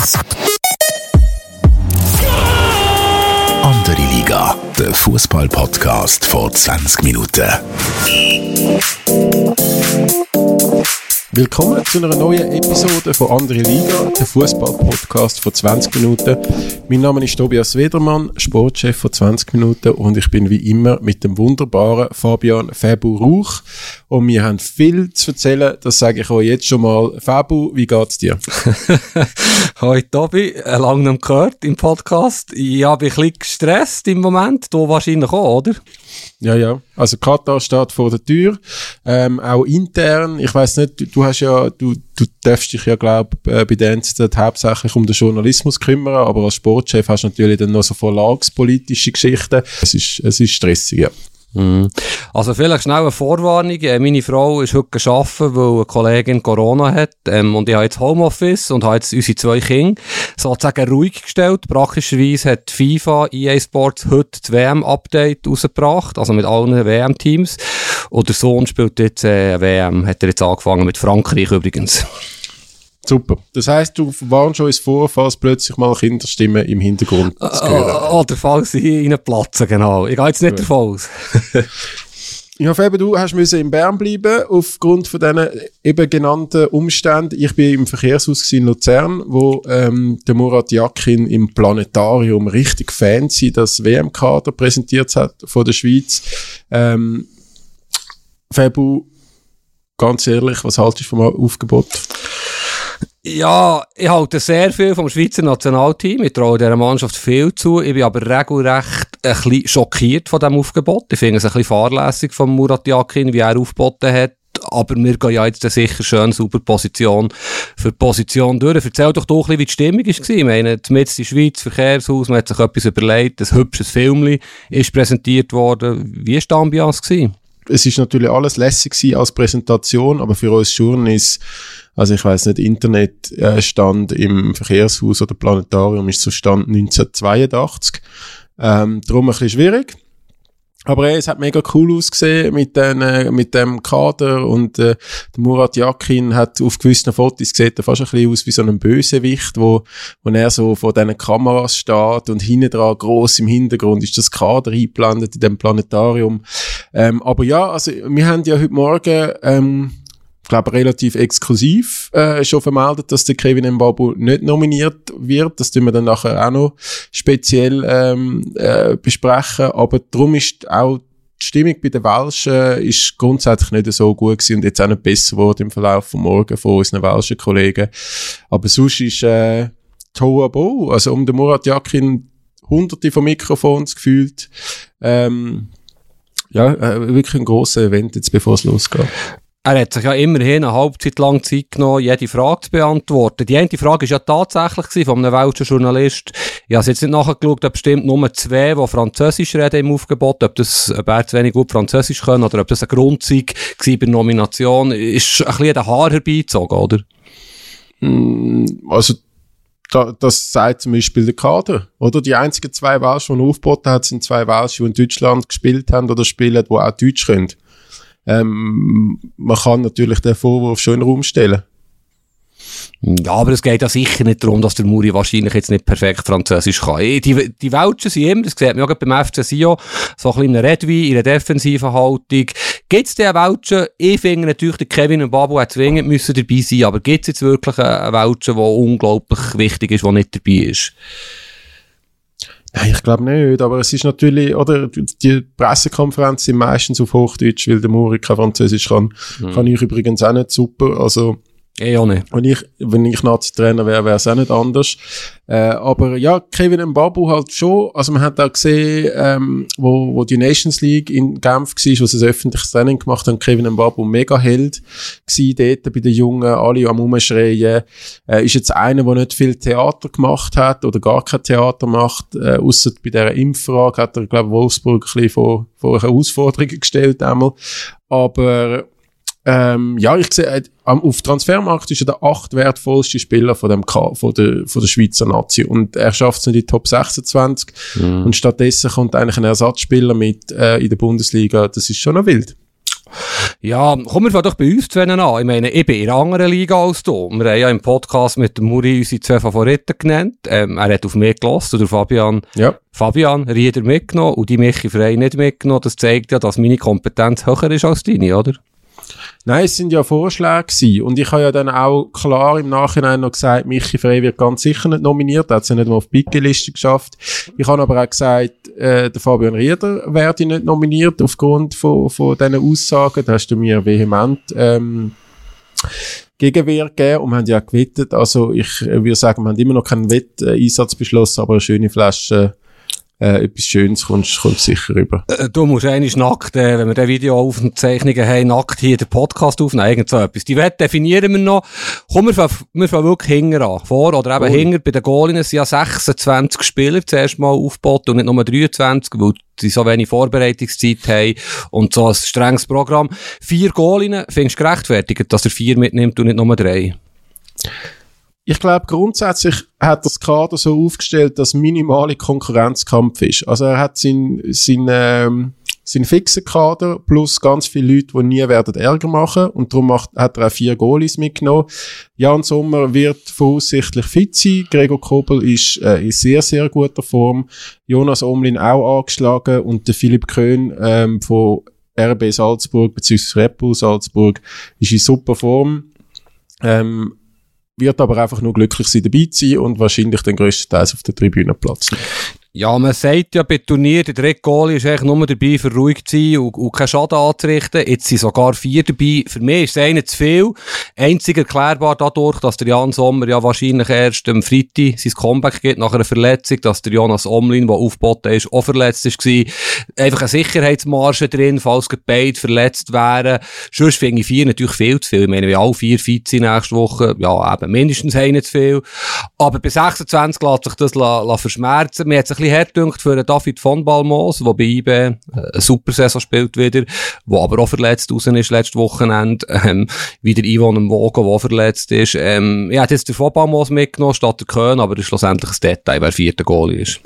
Andere Liga, der Fußball-Podcast vor 20 Minuten. Willkommen zu einer neuen Episode von Andere Liga, der Fußball-Podcast von 20 Minuten. Mein Name ist Tobias Wedermann, Sportchef von 20 Minuten und ich bin wie immer mit dem wunderbaren Fabian Fabu Rauch. Und wir haben viel zu erzählen, das sage ich euch jetzt schon mal. Fabu, wie geht's dir? Hoi Tobi, lange nicht gehört im Podcast. Ich habe ein bisschen gestresst im Moment, du wahrscheinlich auch, oder? Ja. Also Katar steht vor der Tür, auch intern. Ich weiss nicht, du darfst dich ja, glaube ich, bei der NZZ hauptsächlich um den Journalismus kümmern, aber als Sportchef hast du natürlich dann noch so verlagspolitische Geschichten. Es ist stressig, ja. Also vielleicht schnell eine Vorwarnung. Meine Frau ist heute arbeiten, weil eine Kollegin Corona hat. Und ich habe jetzt Homeoffice und habe jetzt unsere 2 Kinder sozusagen ruhig gestellt. Praktischerweise hat FIFA, EA Sports heute das WM-Update rausgebracht, also mit allen WM-Teams. Und der Sohn spielt jetzt WM, hat er jetzt angefangen mit Frankreich übrigens. Super. Das heisst, du warnst uns vor, falls plötzlich mal Kinderstimmen im Hintergrund zu hören. Oder falls sie reinplatzen, genau. Ich gehe jetzt nicht davon aus. Ja, Fabian, du hast in Bern bleiben, aufgrund von diesen eben genannten Umständen. Ich bin im Verkehrshaus in Luzern, wo der Murat Yakin im Planetarium richtig fancy das WM-Kader präsentiert hat von der Schweiz. Fabian, ganz ehrlich, was haltest du vom Aufgebot? Ja, ich halte sehr viel vom Schweizer Nationalteam. Ich traue dieser Mannschaft viel zu. Ich bin aber regelrecht ein bisschen schockiert von diesem Aufgebot. Ich finde es ein bisschen fahrlässig von Murat Yakin, wie er aufgeboten hat. Aber wir gehen ja jetzt sicher schön sauber Position für Position durch. Erzähl doch ein bisschen, wie die Stimmung war. Ich meine, mit die Schweiz, Verkehrshaus, man hat sich etwas überlegt, ein hübsches Filmchen ist präsentiert worden. Wie war die Ambiance gewesen? Es ist natürlich alles lässig gewesen als Präsentation, aber für uns Journalisten, also ich weiss nicht, Internetstand im Verkehrshaus oder Planetarium ist so Stand 1982. Darum ein bisschen schwierig. Aber es hat mega cool ausgesehen mit dem Kader und der Murat Yakin hat auf gewissen Fotos sieht er fast ein bisschen aus wie so ein Bösewicht, wo er so vor diesen Kameras steht und hinten dran gross im Hintergrund ist das Kader eingeblendet in dem Planetarium. Aber ja, also wir haben ja heute Morgen ich glaube, relativ exklusiv schon vermeldet, dass der Kevin Mbabu nicht nominiert wird. Das tun wir dann nachher auch noch speziell besprechen. Aber darum ist auch die Stimmung bei den Welschen ist grundsätzlich nicht so gut gewesen und jetzt auch nicht besser geworden im Verlauf von morgen von unseren welschen Kollegen. Aber sonst ist Tohuwabohu, also um den Murat Yakin hunderte von Mikrofons gefühlt. Wirklich ein grosser Event jetzt, bevor es losgeht. Er hat sich ja immerhin eine Halbzeit lang Zeit genommen, jede Frage zu beantworten. Die eine Frage war ja tatsächlich von einem welschen Journalist. Ich habe jetzt nicht nachgeschaut, ob bestimmt nur 2, die Französisch reden im Aufgebot, ob er zu wenig gut Französisch können oder ob das ein Grund war bei der Nomination. Ist ein bisschen den Haar herbeizogen, oder? Also, das sagt zum Beispiel der Kader, oder? Die einzigen 2 Welschen, die er aufgeboten hat, sind 2 Welschen, die in Deutschland gespielt haben oder spielen, die auch Deutsch können. Man kann natürlich den Vorwurf schon in den Raum stellen. Ja, aber es geht ja sicher nicht darum, dass der Muri wahrscheinlich jetzt nicht perfekt Französisch kann. Die Welschen sind immer, das sieht man ja beim FC Sion, so ein kleiner Redwein in einer defensiven Haltung. Gibt es den Welschen? Ich finde natürlich, der Kevin Mbabu hat zwingend müssen dabei sein, aber gibt es jetzt wirklich einen Welschen, der unglaublich wichtig ist, der nicht dabei ist? Nein, ich glaube nicht, aber es ist natürlich, oder, die Pressekonferenzen sind meistens auf Hochdeutsch, weil der Muri kein Französisch kann. Kann ich übrigens auch nicht super, also, ja nicht. Wenn ich Nazi-Trainer wäre, wäre es auch nicht anders. Aber ja, Kevin Mbabu halt schon, also man hat auch gesehen, wo die Nations League in Genf war, wo sie ein öffentliches Training gemacht haben, Kevin Mbabu mega Held gewesen dort bei den Jungen, alle am Rumschreien. Ist jetzt einer, der nicht viel Theater gemacht hat oder gar kein Theater macht, ausser bei dieser Impffrage hat er, glaube ich, Wolfsburg ein bisschen vor Herausforderungen gestellt einmal. Aber ja, ich sehe, auf Transfermarkt ist er der 8 wertvollste Spieler von der Schweizer Nazi. Und er schafft es nicht in die Top 26. Und stattdessen kommt eigentlich ein Ersatzspieler mit in der Bundesliga. Das ist schon noch wild. Ja, kommen wir doch bei uns zu an. Ich meine, ich bin in einer anderen Liga als du. Wir haben ja im Podcast mit dem Muri unsere 2 Favoriten genannt. Er hat auf mich gelassen und der Fabian Rieder mitgenommen und die Michi Frey nicht mitgenommen. Das zeigt ja, dass meine Kompetenz höher ist als deine, oder? Nein, es sind ja Vorschläge gewesen. Und ich habe ja dann auch klar im Nachhinein noch gesagt, Michi Frey wird ganz sicher nicht nominiert. Er hat es ja nicht mal auf die Biggie-Liste geschafft. Ich habe aber auch gesagt, der Fabian Rieder werde nicht nominiert aufgrund von diesen Aussagen. Da hast du mir vehement Gegenwehr gegeben und wir haben ja gewettet. Also ich würde sagen, wir haben immer noch keinen Wetteinsatz beschlossen, aber eine schöne Flasche etwas Schönes kommst sicher rüber. Du musst eigentlich nackt, wenn wir den Videoaufzeichnungen haben, nackt hier den Podcast aufnehmen, irgend so etwas. Die Wette definieren wir noch. Komm, wir fangen wirklich hinten an. Vor oder eben hinten bei den Goalinnen sind ja 26 Spieler zuerst mal aufgebaut und nicht nur 23, weil sie so wenig Vorbereitungszeit haben und so ein strenges Programm. 4 Goalinnen, findest du gerechtfertigt, dass er 4 mitnimmt und nicht nur 3? Ich glaube, grundsätzlich hat das Kader so aufgestellt, dass minimale Konkurrenzkampf ist. Also er hat seinen fixen Kader plus ganz viele Leute, die nie werden Ärger machen und darum hat er auch 4 Goalies mitgenommen. Jan Sommer wird voraussichtlich fit sein. Gregor Kobel ist in sehr, sehr guter Form. Jonas Omlin auch angeschlagen und der Philipp Köhn von RB Salzburg bzw. Red Bull Salzburg ist in super Form. Wird aber einfach nur glücklich sein, dabei zu sein und wahrscheinlich den grösstenteils auf der Tribüne Platz nehmen. Ja, man sagt ja bei Turnier, der 3. Goalie ist eigentlich nur dabei, für ruhig zu sein und keinen Schaden anzurichten. Jetzt sind sogar 4 dabei. Für mich ist es einer zu viel. Einzig erklärbar dadurch, dass der Jan Sommer ja wahrscheinlich erst am Freitag sein Comeback gibt nach einer Verletzung, dass der Jonas Omlin, der aufgeboten ist, auch verletzt war. Einfach eine Sicherheitsmarge drin, falls beide verletzt wären. Sonst finde ich 4 natürlich viel zu viel. Ich meine, wenn alle 4 fit sind nächste Woche, ja, eben mindestens einen zu viel. Aber bei 26 lässt sich das verschmerzen. Mir hat es ein bisschen hart gedünkt für David von Balmos, der bei IB eine super Saison spielt wieder, der aber auch verletzt raus ist letztes Wochenende, wieder Yvonne Mwogo, der verletzt ist. Ich hätte jetzt den von Balmos mitgenommen statt der Köhn, aber das ist schlussendlich ein Detail, wer 4. Goalie ist.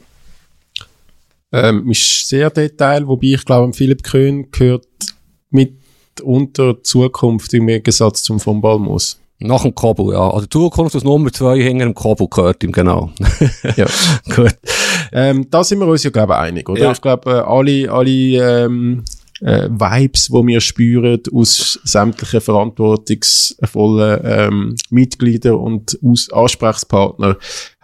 Ist sehr Detail, wobei ich glaube, Philipp Köhn gehört mit unter Zukunft im Gegensatz zum von Balmos. Nach dem Kobu, ja. Also Zukunft aus Nummer 2 hinter dem Kobu gehört ihm, genau. Ja. Gut. Da sind wir uns ja, glaube ich, einig, oder? Ja. Ich glaube, alle Vibes, die wir spüren aus sämtlichen verantwortungsvollen Mitgliedern und Ansprechpartner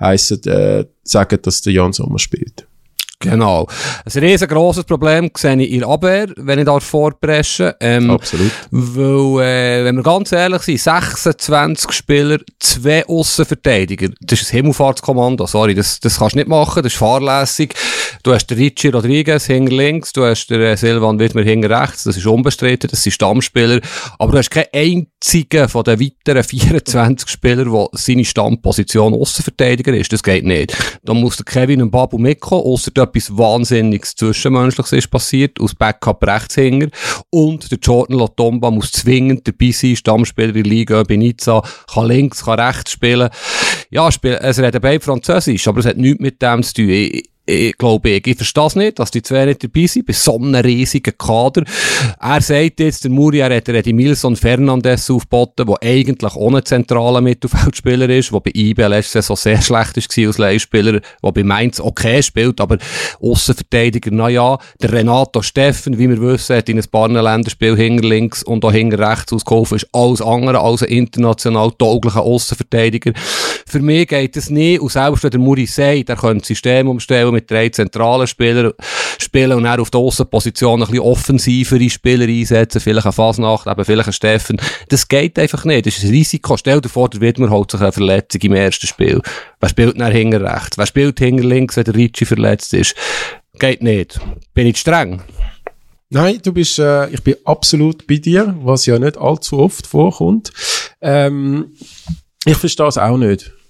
sagen, dass der Jan Sommer spielt. Genau. Ein riesengroßes Problem sehe ich in der Abwehr, wenn ich da vorpresche. Absolut. Weil, wenn wir ganz ehrlich sind, 26 Spieler, 2 Aussenverteidiger. Das ist ein Himmelfahrtskommando. Sorry, das kannst du nicht machen. Das ist fahrlässig. Du hast den Richie Rodriguez hinter links, du hast den Silvan Widmer hinter rechts. Das ist unbestritten. Das sind Stammspieler. Aber du hast keinen einzigen von den weiteren 24 Spielern, der seine Stammposition Aussenverteidiger ist. Das geht nicht. Da muss der Kevin und Babu mitkommen, ausser etwas Wahnsinniges Zwischenmenschliches ist passiert, aus Backup Rechtshänger. Und der Jordan Lotomba muss zwingend dabei sein, Stammspieler in der Liga, Benizza, kann links, kann rechts spielen. Ja, es reden beide Französisch, aber es hat nichts mit dem zu tun. Ich verstehe es nicht, dass die 2 nicht dabei sind, bei so einem riesigen Kader. Er sagt jetzt, der Muri, er hat Edmilson Fernandes aufgeboten, der eigentlich ohne zentraler Mittelfeldspieler ist, der bei IB letzte Saison sehr schlecht war als Leihspieler, der bei Mainz okay spielt, aber Aussenverteidiger, naja, der Renato Steffen, wie wir wissen, hat in ein paar Länderspiel hinter links und auch hinter rechts ausgeholfen, ist alles andere als ein international tauglicher Aussenverteidiger. Für mich geht es nicht, und selbst wenn der Muri sagt, er könnte das System umstellen mit 3 zentralen Spielern spielen und dann auf der Aussenposition ein bisschen offensivere Spieler einsetzen, vielleicht eine Fasnacht, eben vielleicht ein Steffen. Das geht einfach nicht. Das ist ein Risiko. Stell dir vor, der Widmer holt sich eine Verletzung im ersten Spiel. Wer spielt dann hinter rechts? Wer spielt hinter links, wenn der Ricci verletzt ist? Geht nicht. Bin ich streng? Nein, ich bin absolut bei dir, was ja nicht allzu oft vorkommt. Ich verstehe es auch nicht.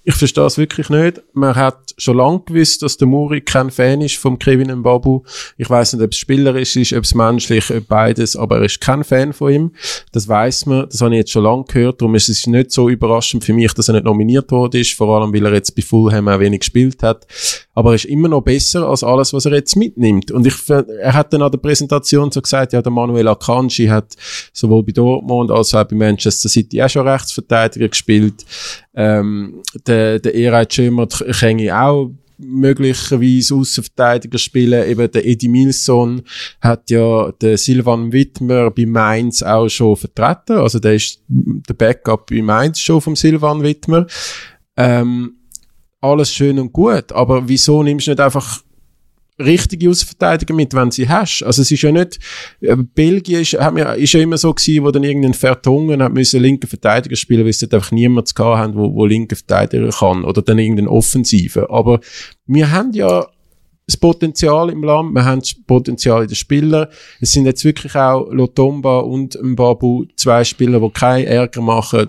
ich verstehe es wirklich nicht. Man hat schon lange gewusst, dass der Muri kein Fan ist vom Kevin Mbabu. Ich weiss nicht, ob es spielerisch ist, ob es menschlich, ob beides, aber er ist kein Fan von ihm. Das weiss man, das habe ich jetzt schon lange gehört. Darum ist es nicht so überraschend für mich, dass er nicht nominiert worden ist, vor allem, weil er jetzt bei Fulham auch wenig gespielt hat. Aber er ist immer noch besser als alles, was er jetzt mitnimmt. Und er hat dann an der Präsentation so gesagt, ja, der Manuel Akanji hat sowohl bei Dortmund als auch bei Manchester City auch schon Rechtsverteidiger gespielt. Der Eray Cömert kann auch möglicherweise Aussenverteidiger spielen. Eben der Edi Milson hat ja den Silvan Wittmer bei Mainz auch schon vertreten. Also der ist der Backup bei Mainz schon vom Silvan Wittmer. Alles schön und gut, aber wieso nimmst du nicht einfach richtige Außenverteidiger mit, wenn sie hast? Also es ist ja nicht, Belgien ist ja immer so gewesen, wo dann irgendein Vertonghen hat müssen linken Verteidiger spielen, weil es dort einfach niemand gehabt haben, wo linken Verteidiger kann, oder dann irgendein Offensive. Aber wir haben ja das Potenzial im Land, wir haben das Potenzial in den Spielern. Es sind jetzt wirklich auch Lotomba und Mbabu 2 Spieler, die keinen Ärger machen,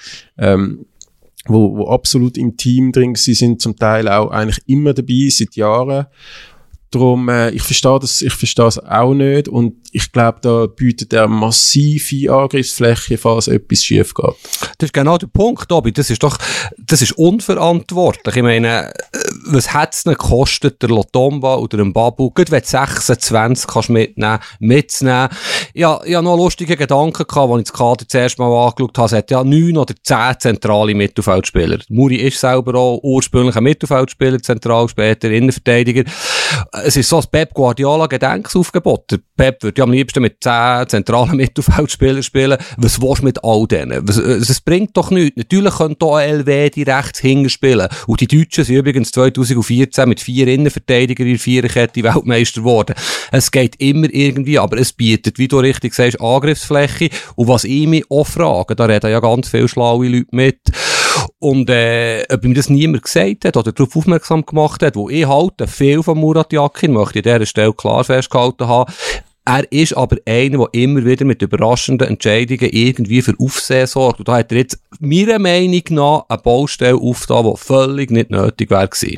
wo absolut im Team drin sind, zum Teil auch eigentlich immer dabei, seit Jahren. Darum, ich verstehe das auch nicht, und ich glaube, da bietet er massive Angriffsfläche, falls etwas schief geht. Das ist genau der Punkt, Tobi. Das ist unverantwortlich. Ich meine, was hat es denn gekostet, der Lotomba oder der Mbabu, gut wenn du 26 kannst mitnehmen. Ich habe noch lustige Gedanken gehabt, als ich das Kader zuerst mal angeschaut habe. Es hat ja 9 oder 10 zentrale Mittelfeldspieler. Muri ist selber auch ursprünglich ein Mittelfeldspieler, zentral, später Innenverteidiger. Es ist so ein Pep Guardiola-Gedenksaufgebot. Der Pep würde ja am liebsten mit 10 zentralen Mittelfeldspielern spielen. Was willst du mit all denen? Es bringt doch nichts. Natürlich könnte auch ein LW die rechts hinten spielen. Und die Deutschen sind übrigens 2014 mit 4 Innenverteidigern in der Viererkette Weltmeister geworden. Es geht immer irgendwie, aber es bietet, wie du richtig sagst, Angriffsfläche. Und was ich mich auch frage, da reden ja ganz viele schlaue Leute mit. Und ob ihm das niemand gesagt hat oder darauf aufmerksam gemacht hat, wo ich halte viel von Murat Yakin, möchte ich an dieser Stelle klar festgehalten haben. Er ist aber einer, der immer wieder mit überraschenden Entscheidungen irgendwie für Aufsehen sorgt. Und da hat er jetzt meiner Meinung nach eine Baustelle aufgetan, die völlig nicht nötig wäre gewesen.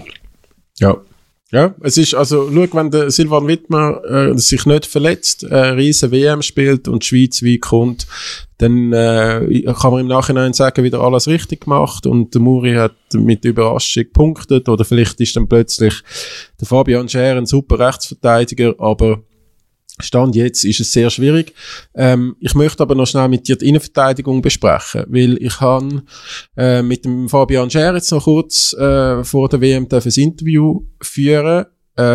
Ja, es ist, also, schau, wenn der Silvan Wittmer sich nicht verletzt, riesen WM spielt und die Schweiz weit kommt, dann kann man im Nachhinein sagen, wieder alles richtig gemacht, und der Muri hat mit Überraschung gepunktet, oder vielleicht ist dann plötzlich der Fabian Schär ein super Rechtsverteidiger, aber Stand jetzt ist es sehr schwierig. Ich möchte aber noch schnell mit dir die Innenverteidigung besprechen, weil ich habe mit dem Fabian Schär jetzt noch kurz vor der WM ein Interview führen,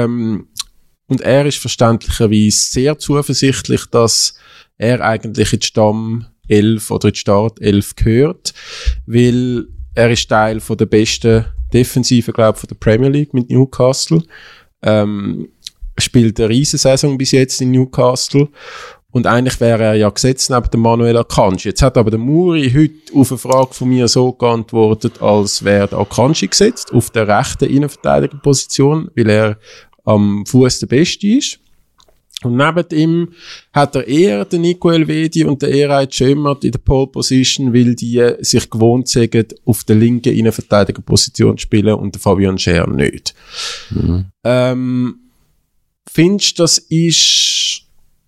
und er ist verständlicherweise sehr zuversichtlich, dass er eigentlich in die Stammelf oder in die Startelf gehört, weil er ist Teil von der besten Defensive, glaube ich, von der Premier League mit Newcastle. Spielt eine Riesensaison bis jetzt in Newcastle, und eigentlich wäre er ja gesetzt neben dem Manuel Akanji. Jetzt hat aber der Muri heute auf eine Frage von mir so geantwortet, als wäre der Akanji gesetzt auf der rechten Innenverteidigerposition, weil er am Fuß der Beste ist. Und neben ihm hat er eher den Nico Elvedi und den Eray Cömert in der Pole Position, weil die sich gewohnt sind, auf der linken Innenverteidigerposition zu spielen, und der Fabian Schär nicht. Findest du, das ist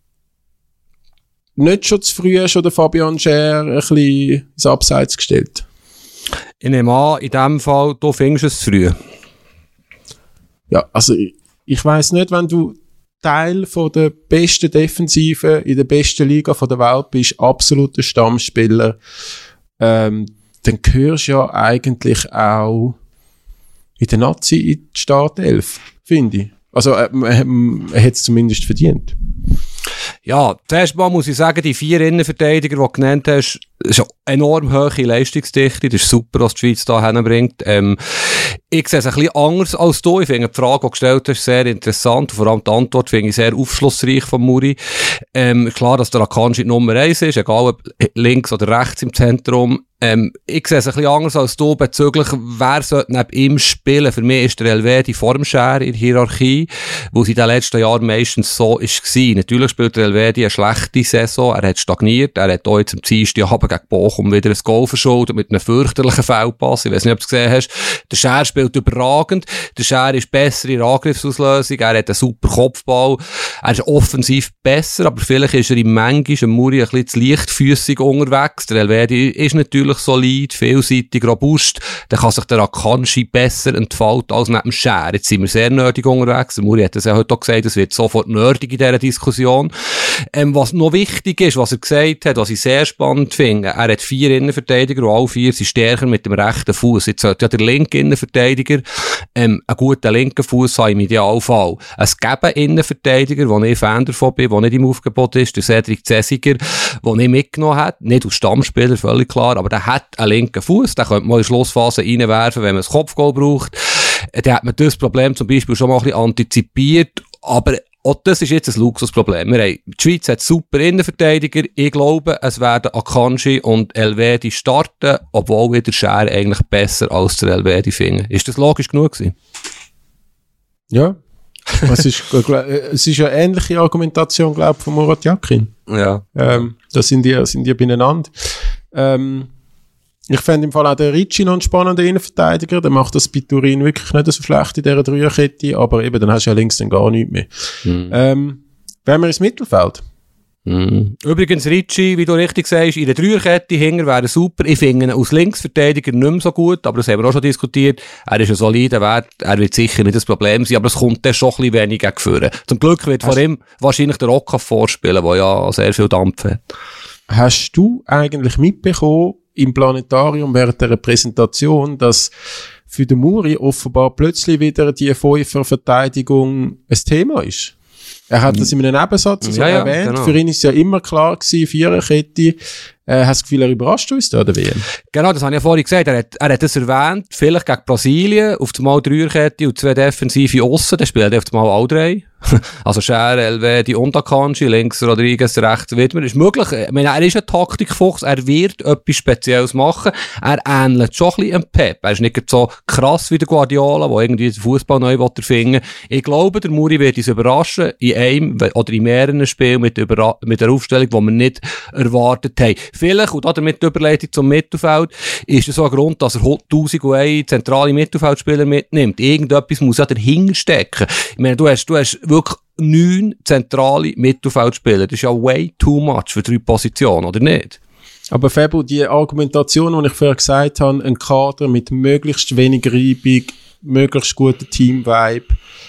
nicht schon zu früh schon der Fabian Schär ein bisschen ins Abseits gestellt? Ich nehme an, in dem Fall, du findest es zu früh. Ja, also ich weiss nicht, wenn du Teil von der besten Defensive in der besten Liga von der Welt bist, absoluter Stammspieler, dann gehörst du ja eigentlich auch in der Nazi in die Startelf, finde ich. Also, er hat es zumindest verdient. Ja, zuerst mal muss ich sagen, die 4 Innenverteidiger, die du genannt hast, ist eine enorm hohe Leistungsdichte. Das ist super, was die Schweiz da hinbringt. Ich sehe es ein bisschen anders als du. Ich finde die Frage, die du gestellt hast, sehr interessant. Und vor allem die Antwort finde ich sehr aufschlussreich von Muri. Klar, dass der Akanji Nummer 1 ist, egal ob links oder rechts im Zentrum. Ich sehe es ein bisschen anders als du bezüglich, wer sollte neben ihm spielen. Für mich ist der Elvedi vor dem Schär in der Hierarchie, wo sie in den letzten Jahren meistens so war. Natürlich spielt der Elvedi eine schlechte Saison, er hat stagniert, er hat auch jetzt am Dienstagabend gegen Bochum wieder ein Goal verschuldet mit einem fürchterlichen Fehlpass. Ich weiss nicht, ob du es gesehen hast. Der Schär spielt überragend, der Schär ist besser in der Angriffsauslösung, er hat einen super Kopfball, er ist offensiv besser, aber vielleicht ist er im manchmal Muri ein bisschen zu leichtfüssig unterwegs. Der Elvedi ist natürlich solid, vielseitig, robust. Dann kann sich der Akanji besser entfalten als neben dem Schär. Jetzt sind wir sehr nerdig unterwegs. Der Muri hat das ja heute auch gesagt, es wird sofort nerdig in dieser Diskussion. Was noch wichtig ist, was er gesagt hat, was ich sehr spannend finde, er hat 4 Innenverteidiger und alle 4 sind stärker mit dem rechten Fuß. Jetzt sollte ja der linke Innenverteidiger einen guten linken Fuß haben im Idealfall. Es gibt Innenverteidiger, wo ich Fan davon bin, der nicht im Aufgebot ist, der Cedric Zesiger, den ich mitgenommen habe, nicht als Stammspieler, völlig klar, aber der hat einen linken Fuß, den könnte man in Schlussphase reinwerfen, wenn man ein Kopfgoal braucht. Dann hat man das Problem zum Beispiel schon mal ein bisschen antizipiert, aber auch das ist jetzt ein Luxusproblem. Die Schweiz hat super Innenverteidiger. Ich glaube, es werden Akanji und Elvedi starten, obwohl wir der Schär eigentlich besser als der Elvedi finden. Ist das logisch genug gewesen? Ja. Es ist eine ähnliche Argumentation, glaube ich, von Murat Yakin. Ja. Da sind die beieinander. Ich fände im Fall auch den Ricci noch einen spannenden Innenverteidiger. Der macht das bei Turin wirklich nicht so schlecht in dieser Dreierkette, aber eben, dann hast du ja links dann gar nichts mehr. Wenn wir ins Mittelfeld. Übrigens, Ricci, wie du richtig sagst, in der Dreierkette hinten wäre super. Ich finde ihn als Linksverteidiger nicht mehr so gut, aber das haben wir auch schon diskutiert. Er ist ein solider Wert, er wird sicher nicht das Problem sein, aber es kommt dann schon ein bisschen wenig gegen vorne. Zum Glück wird vor ihm wahrscheinlich der Okafor vorspielen, der ja sehr viel Dampf hat. Hast du eigentlich mitbekommen, im Planetarium während der Präsentation, dass für den Muri offenbar plötzlich wieder die Fünfer-Verteidigung ein Thema ist? Er hat das in einem Nebensatz so erwähnt. Genau. Für ihn ist ja immer klar gewesen, Viererkette. Hast du das Gefühl, er überrascht uns da, oder wie? Genau, das habe ich ja vorhin gesagt. Er hat das erwähnt, vielleicht gegen Brasilien, auf einmal Dreierkette und 2 defensive Aussen, dann spielt er auf einmal alle 3. Also Schär, Elvedi und Akanji, links Rodriguez, rechts Widmer. Ist möglich. Ich meine, er ist ein Taktikfuchs, er wird etwas Spezielles machen. Er ähnelt schon ein bisschen einem Pep. Er ist nicht so krass wie der Guardiola, der irgendwie den Fußball neu finden will. Ich glaube, der Muri wird uns überraschen, in einem oder in mehreren Spielen mit der Aufstellung, die wir nicht erwartet haben. Vielleicht, und damit die Überleitung zum Mittelfeld, ist es so ein Grund, dass er 1001 zentrale Mittelfeldspieler mitnimmt. Irgendetwas muss ja dahinter stecken. Ich meine, du hast wirklich 9 zentrale Mittelfeldspieler. Das ist ja way too much für 3 Positionen, oder nicht? Aber Fabio, die Argumentation, die ich vorher gesagt habe, ein Kader mit möglichst wenig Reibung, möglichst guter Team-Vibe,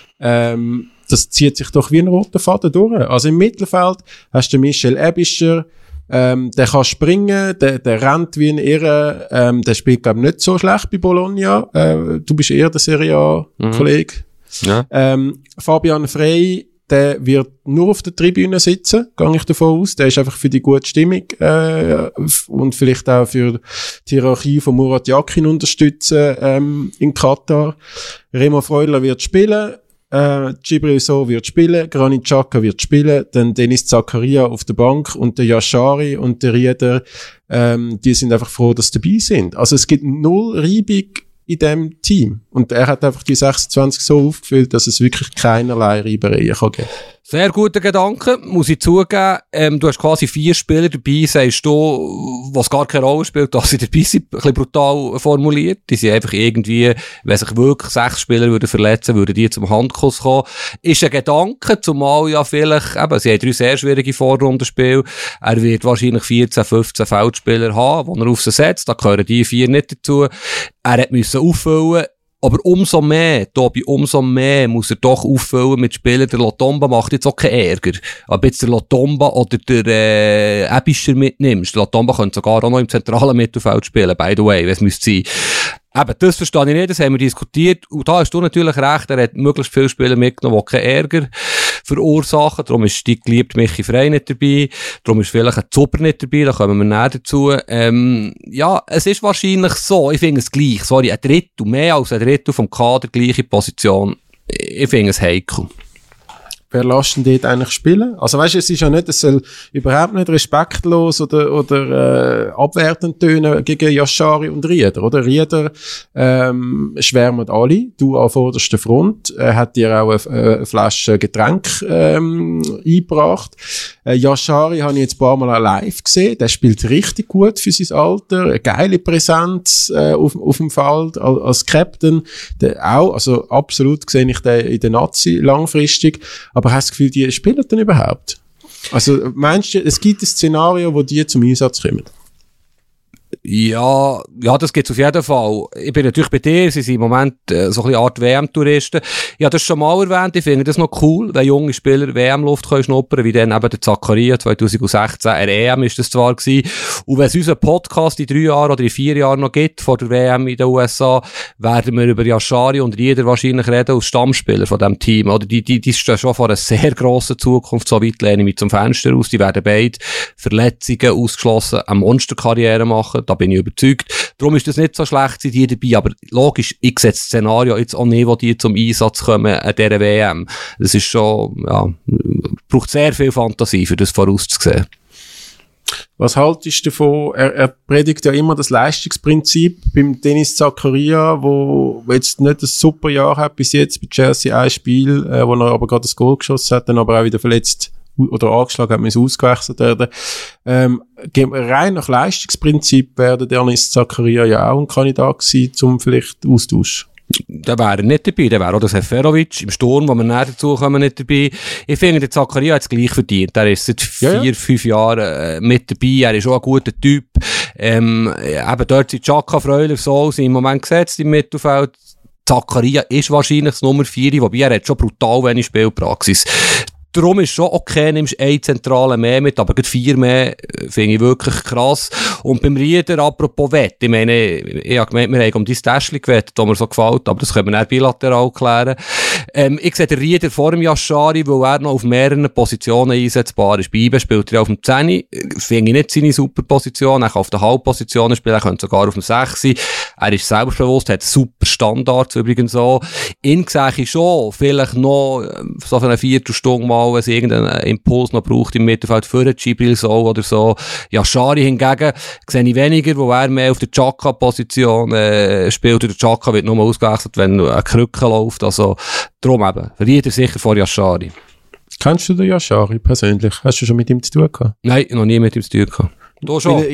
das zieht sich doch wie ein roter Faden durch. Also im Mittelfeld hast du Michel Ebischer, der kann springen, der rennt wie ein Irrer, der spielt, glaube ich, nicht so schlecht bei Bologna. Du bist eher der Serie A-Kollege. Ja. Fabian Frey, der wird nur auf der Tribüne sitzen, gehe ich davon aus. Der ist einfach für die gute Stimmung und vielleicht auch für die Hierarchie von Murat Yakin unterstützen in Katar. Remo Freuler wird spielen. Djibril Sow wird spielen, Granit Xhaka wird spielen, dann Dennis Zakaria auf der Bank und der Yashari und der Rieder, die sind einfach froh, dass sie dabei sind. Also es gibt 0 Reibung in dem Team. Und er hat einfach die 26 so aufgefüllt, dass es wirklich keinerlei Reibereien kann geben. Sehr guter Gedanke, muss ich zugeben. Du hast quasi 4 Spieler dabei, sagst du, was gar keine Rolle spielt, dass sie dabei sind, ein bisschen brutal formuliert. Die sind einfach irgendwie, wenn sich wirklich 6 Spieler würden verletzen, würden die zum Handkuss kommen. Ist ein Gedanke, zumal ja vielleicht, eben, sie haben 3 sehr schwierige Vorrundenspiele. Er wird wahrscheinlich 14, 15 Feldspieler haben, die er auf sie setzt. Da gehören die 4 nicht dazu. Er hat müssen auffüllen. Aber umso mehr muss er doch auffüllen mit Spielern. Der Lotomba macht jetzt auch keinen Ärger. Aber jetzt der Lotomba oder der Ebischer mitnimmst. Der Lotomba könnte sogar auch noch im zentralen Mittelfeld spielen, by the way, wenn es müsste sein. Eben, das verstehe ich nicht, das haben wir diskutiert. Und da hast du natürlich recht, er hat möglichst viele Spieler mitgenommen, die keinen Ärger verursachen. Darum ist die geliebte Michi Frey nicht dabei. Darum ist vielleicht ein Zuber nicht dabei, da kommen wir näher dazu. Ja, es ist wahrscheinlich so, ich finde es gleich. Sorry, ein Drittel, mehr als ein Drittel vom Kader, gleiche Position. Ich finde es heikel. wer lässt denn dort eigentlich spielen? Also weißt du, es ist ja nicht, es soll überhaupt nicht respektlos oder abwertend tönen gegen Yashari und Rieder, oder? Rieder schwärmen alle, du an vorderster Front, hat dir auch eine Flasche Getränk eingebracht. Yashari habe ich jetzt ein paar Mal live gesehen, der spielt richtig gut für sein Alter, eine geile Präsenz auf dem Feld als Captain, auch, also absolut sehe ich den in der Nazi langfristig, aber hast du das Gefühl, die spielen denn überhaupt? Also meinst du, es gibt ein Szenario, wo die zum Einsatz kommen? Ja, das gibt's auf jeden Fall. Ich bin natürlich bei dir, sie sind im Moment so ein bisschen Art WM-Touristen. Ich habe das schon mal erwähnt, ich finde das noch cool, wenn junge Spieler WM-Luft können schnuppern, wie dann eben der Zakaria 2016, EM ist das zwar gewesen. Und wenn es unseren Podcast in 3 Jahren oder in 4 Jahren noch gibt, vor der WM in den USA, werden wir über Yashari und Rieder wahrscheinlich reden als Stammspieler von diesem Team. Oder die stehen schon vor einer sehr grossen Zukunft, so weit lehne ich mich zum Fenster aus. Die werden beide Verletzungen ausgeschlossen, eine Monsterkarriere machen. Da bin ich überzeugt. Darum ist das nicht so schlecht, sind die dabei. Aber logisch, ich sehe das Szenario jetzt auch nicht, wo die zum Einsatz kommen an dieser WM. Das ist schon, ja, braucht sehr viel Fantasie, für das vorauszusehen. Was haltest du davon? Er predigt ja immer das Leistungsprinzip beim Denis Zakaria, wo jetzt nicht ein super Jahr hat bis jetzt bei Chelsea, ein Spiel, wo er aber gerade das Goal geschossen hat, dann aber auch wieder verletzt oder angeschlagen hat, müssen ausgewechselt werden. Rein nach Leistungsprinzip wäre Denis Zakaria ja auch ein Kandidat gewesen, zum vielleicht Austausch. Da wäre er nicht dabei, da wäre auch der Seferovic im Sturm, wo wir näher dazu kommen, nicht dabei. Ich finde, der Zakaria hat es gleich verdient. Er ist seit 4-5 Jahren mit dabei, er ist auch ein guter Typ. Eben dort sind Xhaka, Freuler, so sind im Moment gesetzt im Mittelfeld. Zakaria ist wahrscheinlich das Nummer 4, wobei er hat schon brutal wenig Spielpraxis. Darum ist schon okay, nimmst 1 Zentrale mehr mit, aber 4 mehr finde ich wirklich krass. Und beim Rieder, apropos Wett, ich meine, ich habe gemeint, wir haben um dein Täschchen gewettet, das mir so gefällt, aber das können wir dann bilateral klären. Ich sehe den Rieder vor dem Yashari, weil er noch auf mehreren Positionen einsetzbar ist. Bei IBE spielt er auf dem 10, finde ich nicht seine super Position, er kann auf der Halbposition spielen, er könnte sogar auf dem 6 sein. Er ist selbstbewusst, hat super Standards übrigens auch. Ihn sehe ich schon, vielleicht noch so für eine Viertelstunde mal, wenn es irgendeinen Impuls noch braucht im Mittelfeld für einen Gibril so oder so. Yashari hingegen sehe ich weniger, wo er mehr auf der Xhaka-Position spielt. Der Xhaka wird nur mal ausgewechselt, wenn ein Krücke läuft. Also darum eben, Rieder sicher vor Yashari. Kennst du den Yashari persönlich? Hast du schon mit ihm zu tun gehabt? Nein, noch nie mit ihm zu tun gehabt. Du schon?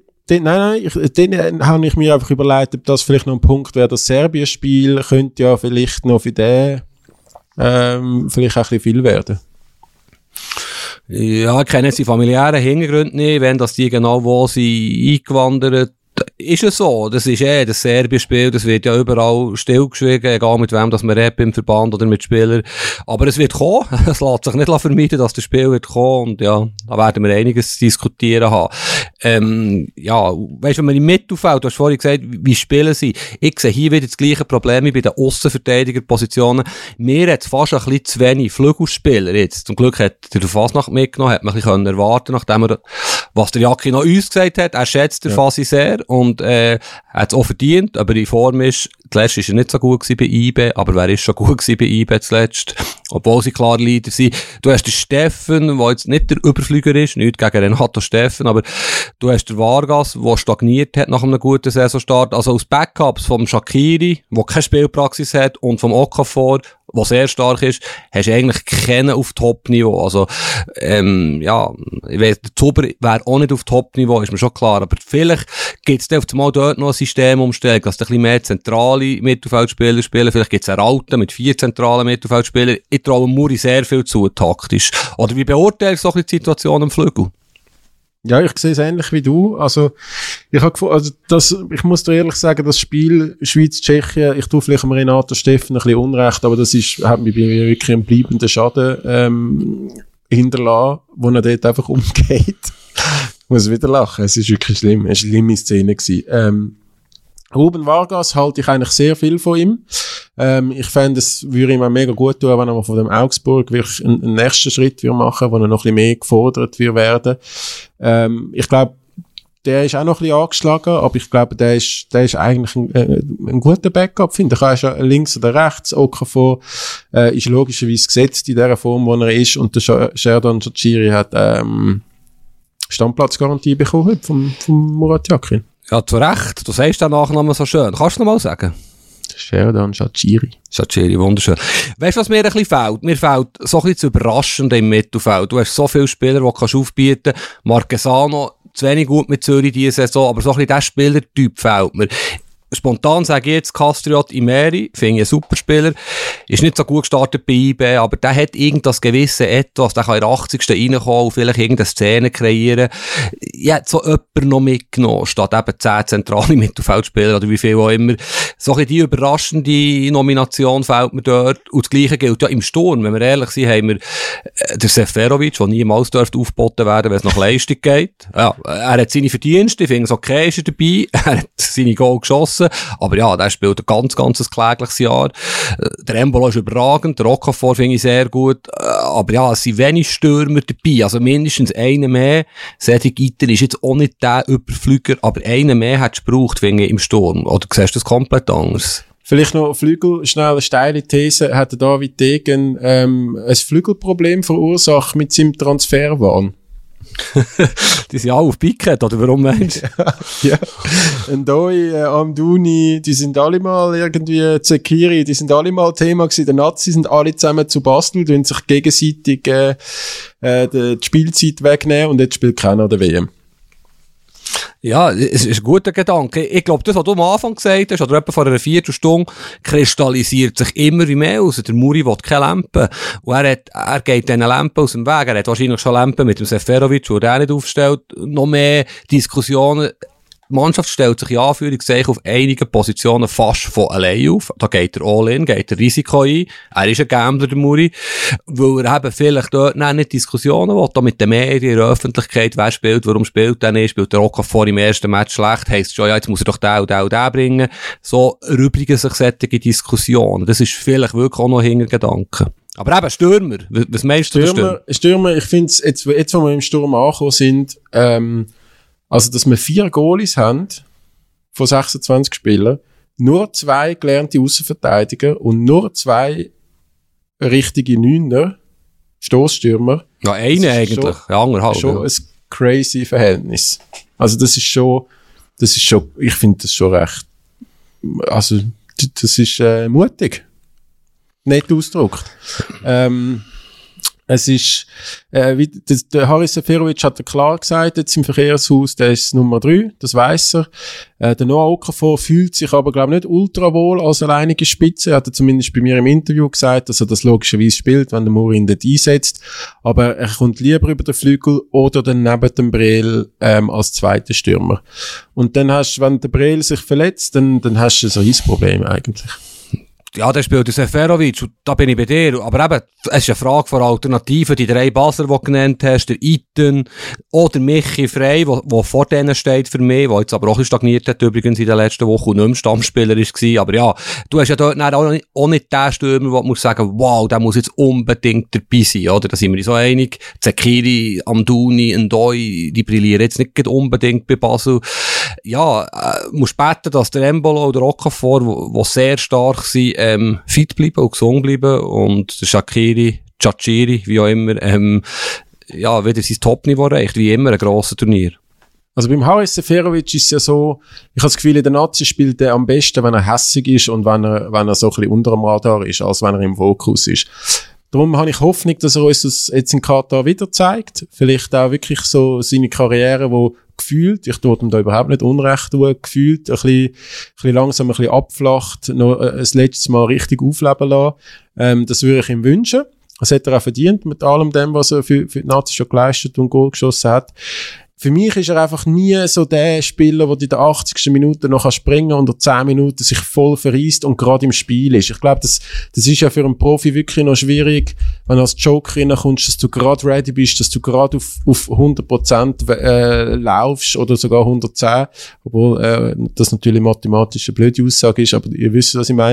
Dann habe ich mir einfach überlegt, ob das vielleicht noch ein Punkt wäre. Das Serbien-Spiel könnte ja vielleicht noch für den vielleicht auch ein bisschen viel werden. Ja, ich kenne jetzt die familiären Hintergründe nicht, wenn das die genau wo sie eingewandert. Ist es so, das ist das Serbien-Spiel, das wird ja überall stillgeschwiegen, egal mit wem das man redet, im Verband oder mit Spielern. Aber es wird kommen, es lässt sich nicht vermeiden, dass das Spiel wird kommen und ja, da werden wir einiges zu diskutieren haben. Ja, weisst du, wenn man im Mittelfeld, du hast vorhin gesagt, wie spielen sie? Ich sehe hier wieder das gleiche Problem wie bei den Aussenverteidigerpositionen. Mir hat es fast ein bisschen zu wenig Flügelspieler jetzt. Zum Glück hat der Fasnacht mitgenommen, hat man ein bisschen erwarten, nachdem er, was der Jacki noch uns gesagt hat, er schätzt der Fasi sehr und hat es auch verdient, aber in Form ist, zuletzt ist er nicht so gut gewesen bei IBE, aber wer ist schon gut gewesen bei IBE zuletzt? Obwohl sie klar Leader sind. Du hast den Steffen, der jetzt nicht der Überflüger ist, nicht gegen Renato Steffen, aber du hast den Vargas, der stagniert hat nach einem guten Saisonstart. Also aus Backups vom Shaqiri, der keine Spielpraxis hat, und vom Okafor, der sehr stark ist, hast du eigentlich keinen auf Top-Niveau. Also, ja, ich weiss, der Zuber wäre auch nicht auf Top-Niveau, ist mir schon klar. Aber vielleicht gibt es dann auf einmal dort noch eine Systemumstellung, dass da ein bisschen mehr zentrale Mittelfeldspieler spielen. Vielleicht gibt es einen Alten mit 4 zentralen Mittelfeldspielern. Ich traue Muri sehr viel zu, taktisch. Oder wie beurteilst du so ein bisschen die Situation am Flügel? Ja, ich sehe es ähnlich wie du. Also, ich habe gefunden, ich muss dir ehrlich sagen, das Spiel Schweiz-Tschechien, ich tue vielleicht Renato Steffen ein bisschen Unrecht, aber das hat mich wirklich einen bleibenden Schaden, hinterlassen, wo er dort einfach umgeht. Ich muss wieder lachen. Es ist wirklich schlimm. Es war eine schlimme Szene gewesen. Ruben Vargas halte ich eigentlich sehr viel von ihm. Ich fände, es würde ihm auch mega gut tun, wenn er mal von dem Augsburg wirklich einen nächsten Schritt machen würde, wo er noch ein bisschen mehr gefordert wird werden. Ich glaube, der ist auch noch ein bisschen angeschlagen, aber ich glaube, der ist eigentlich ein guter Backup, finde ich. Er ist ja links oder rechts. Okafor ist logischerweise gesetzt in der Form, wo er ist, und der Xherdan Shaqiri hat Standplatzgarantie bekommen vom Murat Yakin. Ja, zu Recht. Du sagst den Nachnamen so schön. Kannst du noch mal sagen? Xherdan Shaqiri. Shaqiri, wunderschön. Weißt du, was mir ein bisschen fehlt? Mir fehlt so ein bisschen das Überraschende im Mittelfeld. Du hast so viele Spieler, die du aufbieten kannst. Marquesano, zu wenig gut mit Zürich diese Saison, aber so ein bisschen dieser Spielertyp fehlt mir. Spontan sage ich jetzt Castriot Imeri, finde ich ein super Spieler, ist nicht so gut gestartet bei IB, aber der hat irgendwas gewisse Etwas, der kann in der 80. reinkommen und vielleicht irgendeine Szene kreieren. Ich hätte so jemanden noch mitgenommen, statt eben 10 zentrale Mittelfeldspieler oder wie viel auch immer. So ein bisschen die überraschende Nomination fehlt mir dort. Und das Gleiche gilt ja im Sturm. Wenn wir ehrlich sind, haben wir den Seferovic, der niemals aufgeboten werden, wenn es nach Leistung geht. Ja, er hat seine Verdienste, ich finde es okay, ist er dabei. Er hat seine Goal geschossen. Aber ja, der spielt ein ganz klägliches Jahr. Der Embolo ist überragend, der Okafor finde ich sehr gut. Aber ja, es sind wenig Stürmer dabei. Also mindestens einen mehr. Cedric Itten ist jetzt auch nicht der Überflüger, aber einen mehr hat es gebraucht, finde ich, im Sturm. Oder siehst du das komplett anders? Vielleicht noch Flügel, schnell eine steile These. Hat der David Degen ein Flügelproblem verursacht mit seinem Transferwahn? Die sind alle auf Piket, oder warum meinst du? Ja. Ndoi, Amdouni, die sind alle mal irgendwie, Zekiri, die sind alle mal Thema gewesen. Der Nazi sind alle zusammen zu Basel, die sich gegenseitig die Spielzeit wegnehmen, und jetzt spielt keiner der WM. Ja, es ist ein guter Gedanke. Ich glaube, das, was du am Anfang gesagt hast, oder etwa vor einer Viertelstunde, kristallisiert sich immer mehr aus. Der Muri will keine Lampe. Und er geht diesen Lampen aus dem Weg. Er hat wahrscheinlich schon Lampen mit dem Seferovic, wo er nicht aufstellt. Noch mehr Diskussionen. Die Mannschaft stellt sich in Anführungszeichen auf einigen Positionen fast von allein auf. Da geht er all in, geht er Risiko ein. Er ist ein Gambler, der Muri. Weil er eben vielleicht dort nicht Diskussionen will, da mit den Medien, in der Öffentlichkeit, wer spielt, warum spielt er nicht, spielt der Okafor im ersten Match schlecht, heisst schon, ja, jetzt muss er doch den und den und den bringen. So erübrigen sich solche Diskussionen. Das ist vielleicht wirklich auch noch Hintergedanken. Aber eben, Stürmer. Was meinst du Stürmer, ich finde es, jetzt wo wir im Sturm angekommen sind, also, dass wir 4 Goalies haben, von 26 Spielern, nur 2 gelernte Aussenverteidiger und nur 2 richtige Neuner, Stossstürmer. Ja, eine eigentlich. Ja, anderthalb. Schon ein crazy Verhältnis. Also, das ist schon, ich finde das schon recht, also, das ist mutig. Nicht ausgedrückt. Es ist, der Haris Seferovic hat klar gesagt, jetzt im Verkehrshaus, der ist Nummer 3, das weiss er. Der Noah Okafor fühlt sich aber, glaube ich, nicht ultra wohl als alleinige Spitze. Er hat zumindest bei mir im Interview gesagt, dass er das logischerweise spielt, wenn der Muri ihn dort einsetzt. Aber er kommt lieber über den Flügel oder dann neben dem Breel, als zweiter Stürmer. Und dann wenn der Breel sich verletzt, dann hast du so ein Problem eigentlich. Ja, der spielt der Seferovic, und da bin ich bei dir. Aber eben, es ist eine Frage von Alternativen. Die 3 Basler, die du genannt hast, der Itten oder Michi Frey, der vor denen steht für mich, der jetzt aber auch stagniert hat, übrigens in der letzten Woche und nicht mehr Stammspieler war. Aber ja, du hast ja dort auch nicht den Stürmer, wo du musst sagen, wow, der muss jetzt unbedingt dabei sein, oder? Da sind wir uns so einig. Zekiri, Amdouni, Ndoi, die brillieren jetzt nicht unbedingt bei Basel. Ja, musst beten, dass der Embolo oder Okafor, die sehr stark sind, fit bleiben und gesund bleiben, und der Shaqiri, wie auch immer, ja, wieder sein Top-Niveau erreicht, wie immer, ein grosses Turnier. Also beim Haris Seferovic ist es ja so, ich habe das Gefühl, in der Nazi spielt er am besten, wenn er hässig ist und wenn er so ein bisschen unter dem Radar ist, als wenn er im Fokus ist. Darum habe ich Hoffnung, dass er uns das jetzt in Katar wieder zeigt. Vielleicht auch wirklich so seine Karriere, wo gefühlt, ich tue ihm da überhaupt nicht Unrecht tun, gefühlt ein bisschen langsam ein bisschen abflacht, noch das letzte Mal richtig aufleben lassen. Das würde ich ihm wünschen. Das hat er auch verdient, mit allem dem, was er für die Nazi schon geleistet und Goal geschossen hat. Für mich ist er einfach nie so der Spieler, der in der 80. Minute noch springen und in 10 Minuten sich voll verreist und gerade im Spiel ist. Ich glaube, das ist ja für einen Profi wirklich noch schwierig, wenn du als Joker reinkommst, dass du gerade ready bist, dass du gerade auf 100% laufst oder sogar 110, obwohl das natürlich mathematisch eine blöde Aussage ist, aber ihr wisst, was ich meine.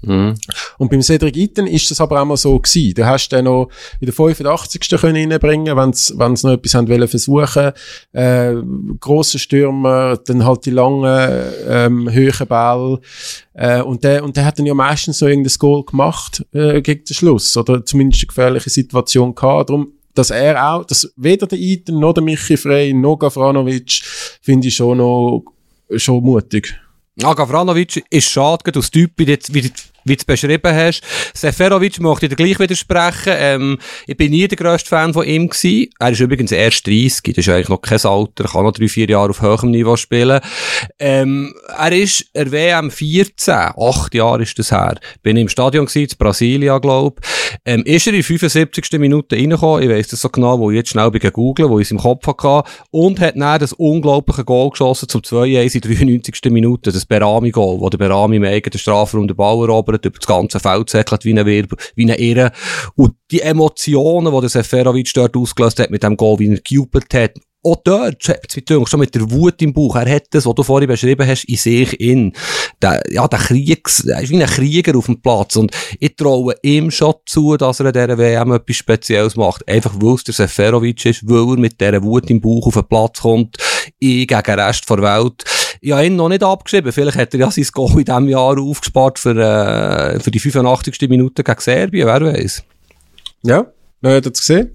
Und beim Cedric Itten ist das aber auch mal so gewesen. Du hast den noch in der 85. können reinbringen, wenn's noch etwas haben wollen versuchen. Grosser Stürmer, dann halt die langen, hohen Bälle. Und der hat dann ja meistens so irgendein Goal gemacht, gegen den Schluss. Oder zumindest eine gefährliche Situation gehabt. Darum, dass er auch, dass weder der Itten, noch der Michi Frey, noch Gavranovic, finde ich schon mutig. Ja, Gavranovic ist schade, aus Typ, wie du es beschrieben hast. Seferovic möchte ich dir gleich widersprechen. Ich bin nie der grösste Fan von ihm gewesen. Er ist übrigens erst 30, das ist eigentlich noch kein Alter, kann noch 3-4 Jahre auf hohem Niveau spielen. Er ist der WM 14, 8 Jahre ist das her. Bin im Stadion gewesen, in Brasilia, glaub. Ist er in der 75. Minute reingekommen, ich weiss das so genau, wo ich jetzt schnell googeln, wo ich es im Kopf hatte, und hat dann das unglaubliche Goal geschossen zum 2-1 in der 93. Minute, das Berami-Goal, wo der Berami im eigenen Strafraum den Ball erobert, über das ganze Feld säckelt wie eine Irre. Und die Emotionen, die der Seferovic dort ausgelöst hat mit dem Goal, wie er gejubelt hat, auch dort, schon mit der Wut im Bauch, er hat das, was du vorhin beschrieben hast, in sich in. Er ist wie ein Krieger auf dem Platz. Und ich traue ihm schon zu, dass er in dieser WM etwas Spezielles macht. Einfach weil es der Seferovic ist, weil er mit dieser Wut im Bauch auf den Platz kommt, gegen den Rest der Welt. Ich habe ihn noch nicht abgeschrieben. Vielleicht hat er ja sein Goal in diesem Jahr aufgespart für die 85. Minute gegen Serbien, wer weiß. Ja, hat er das gesehen.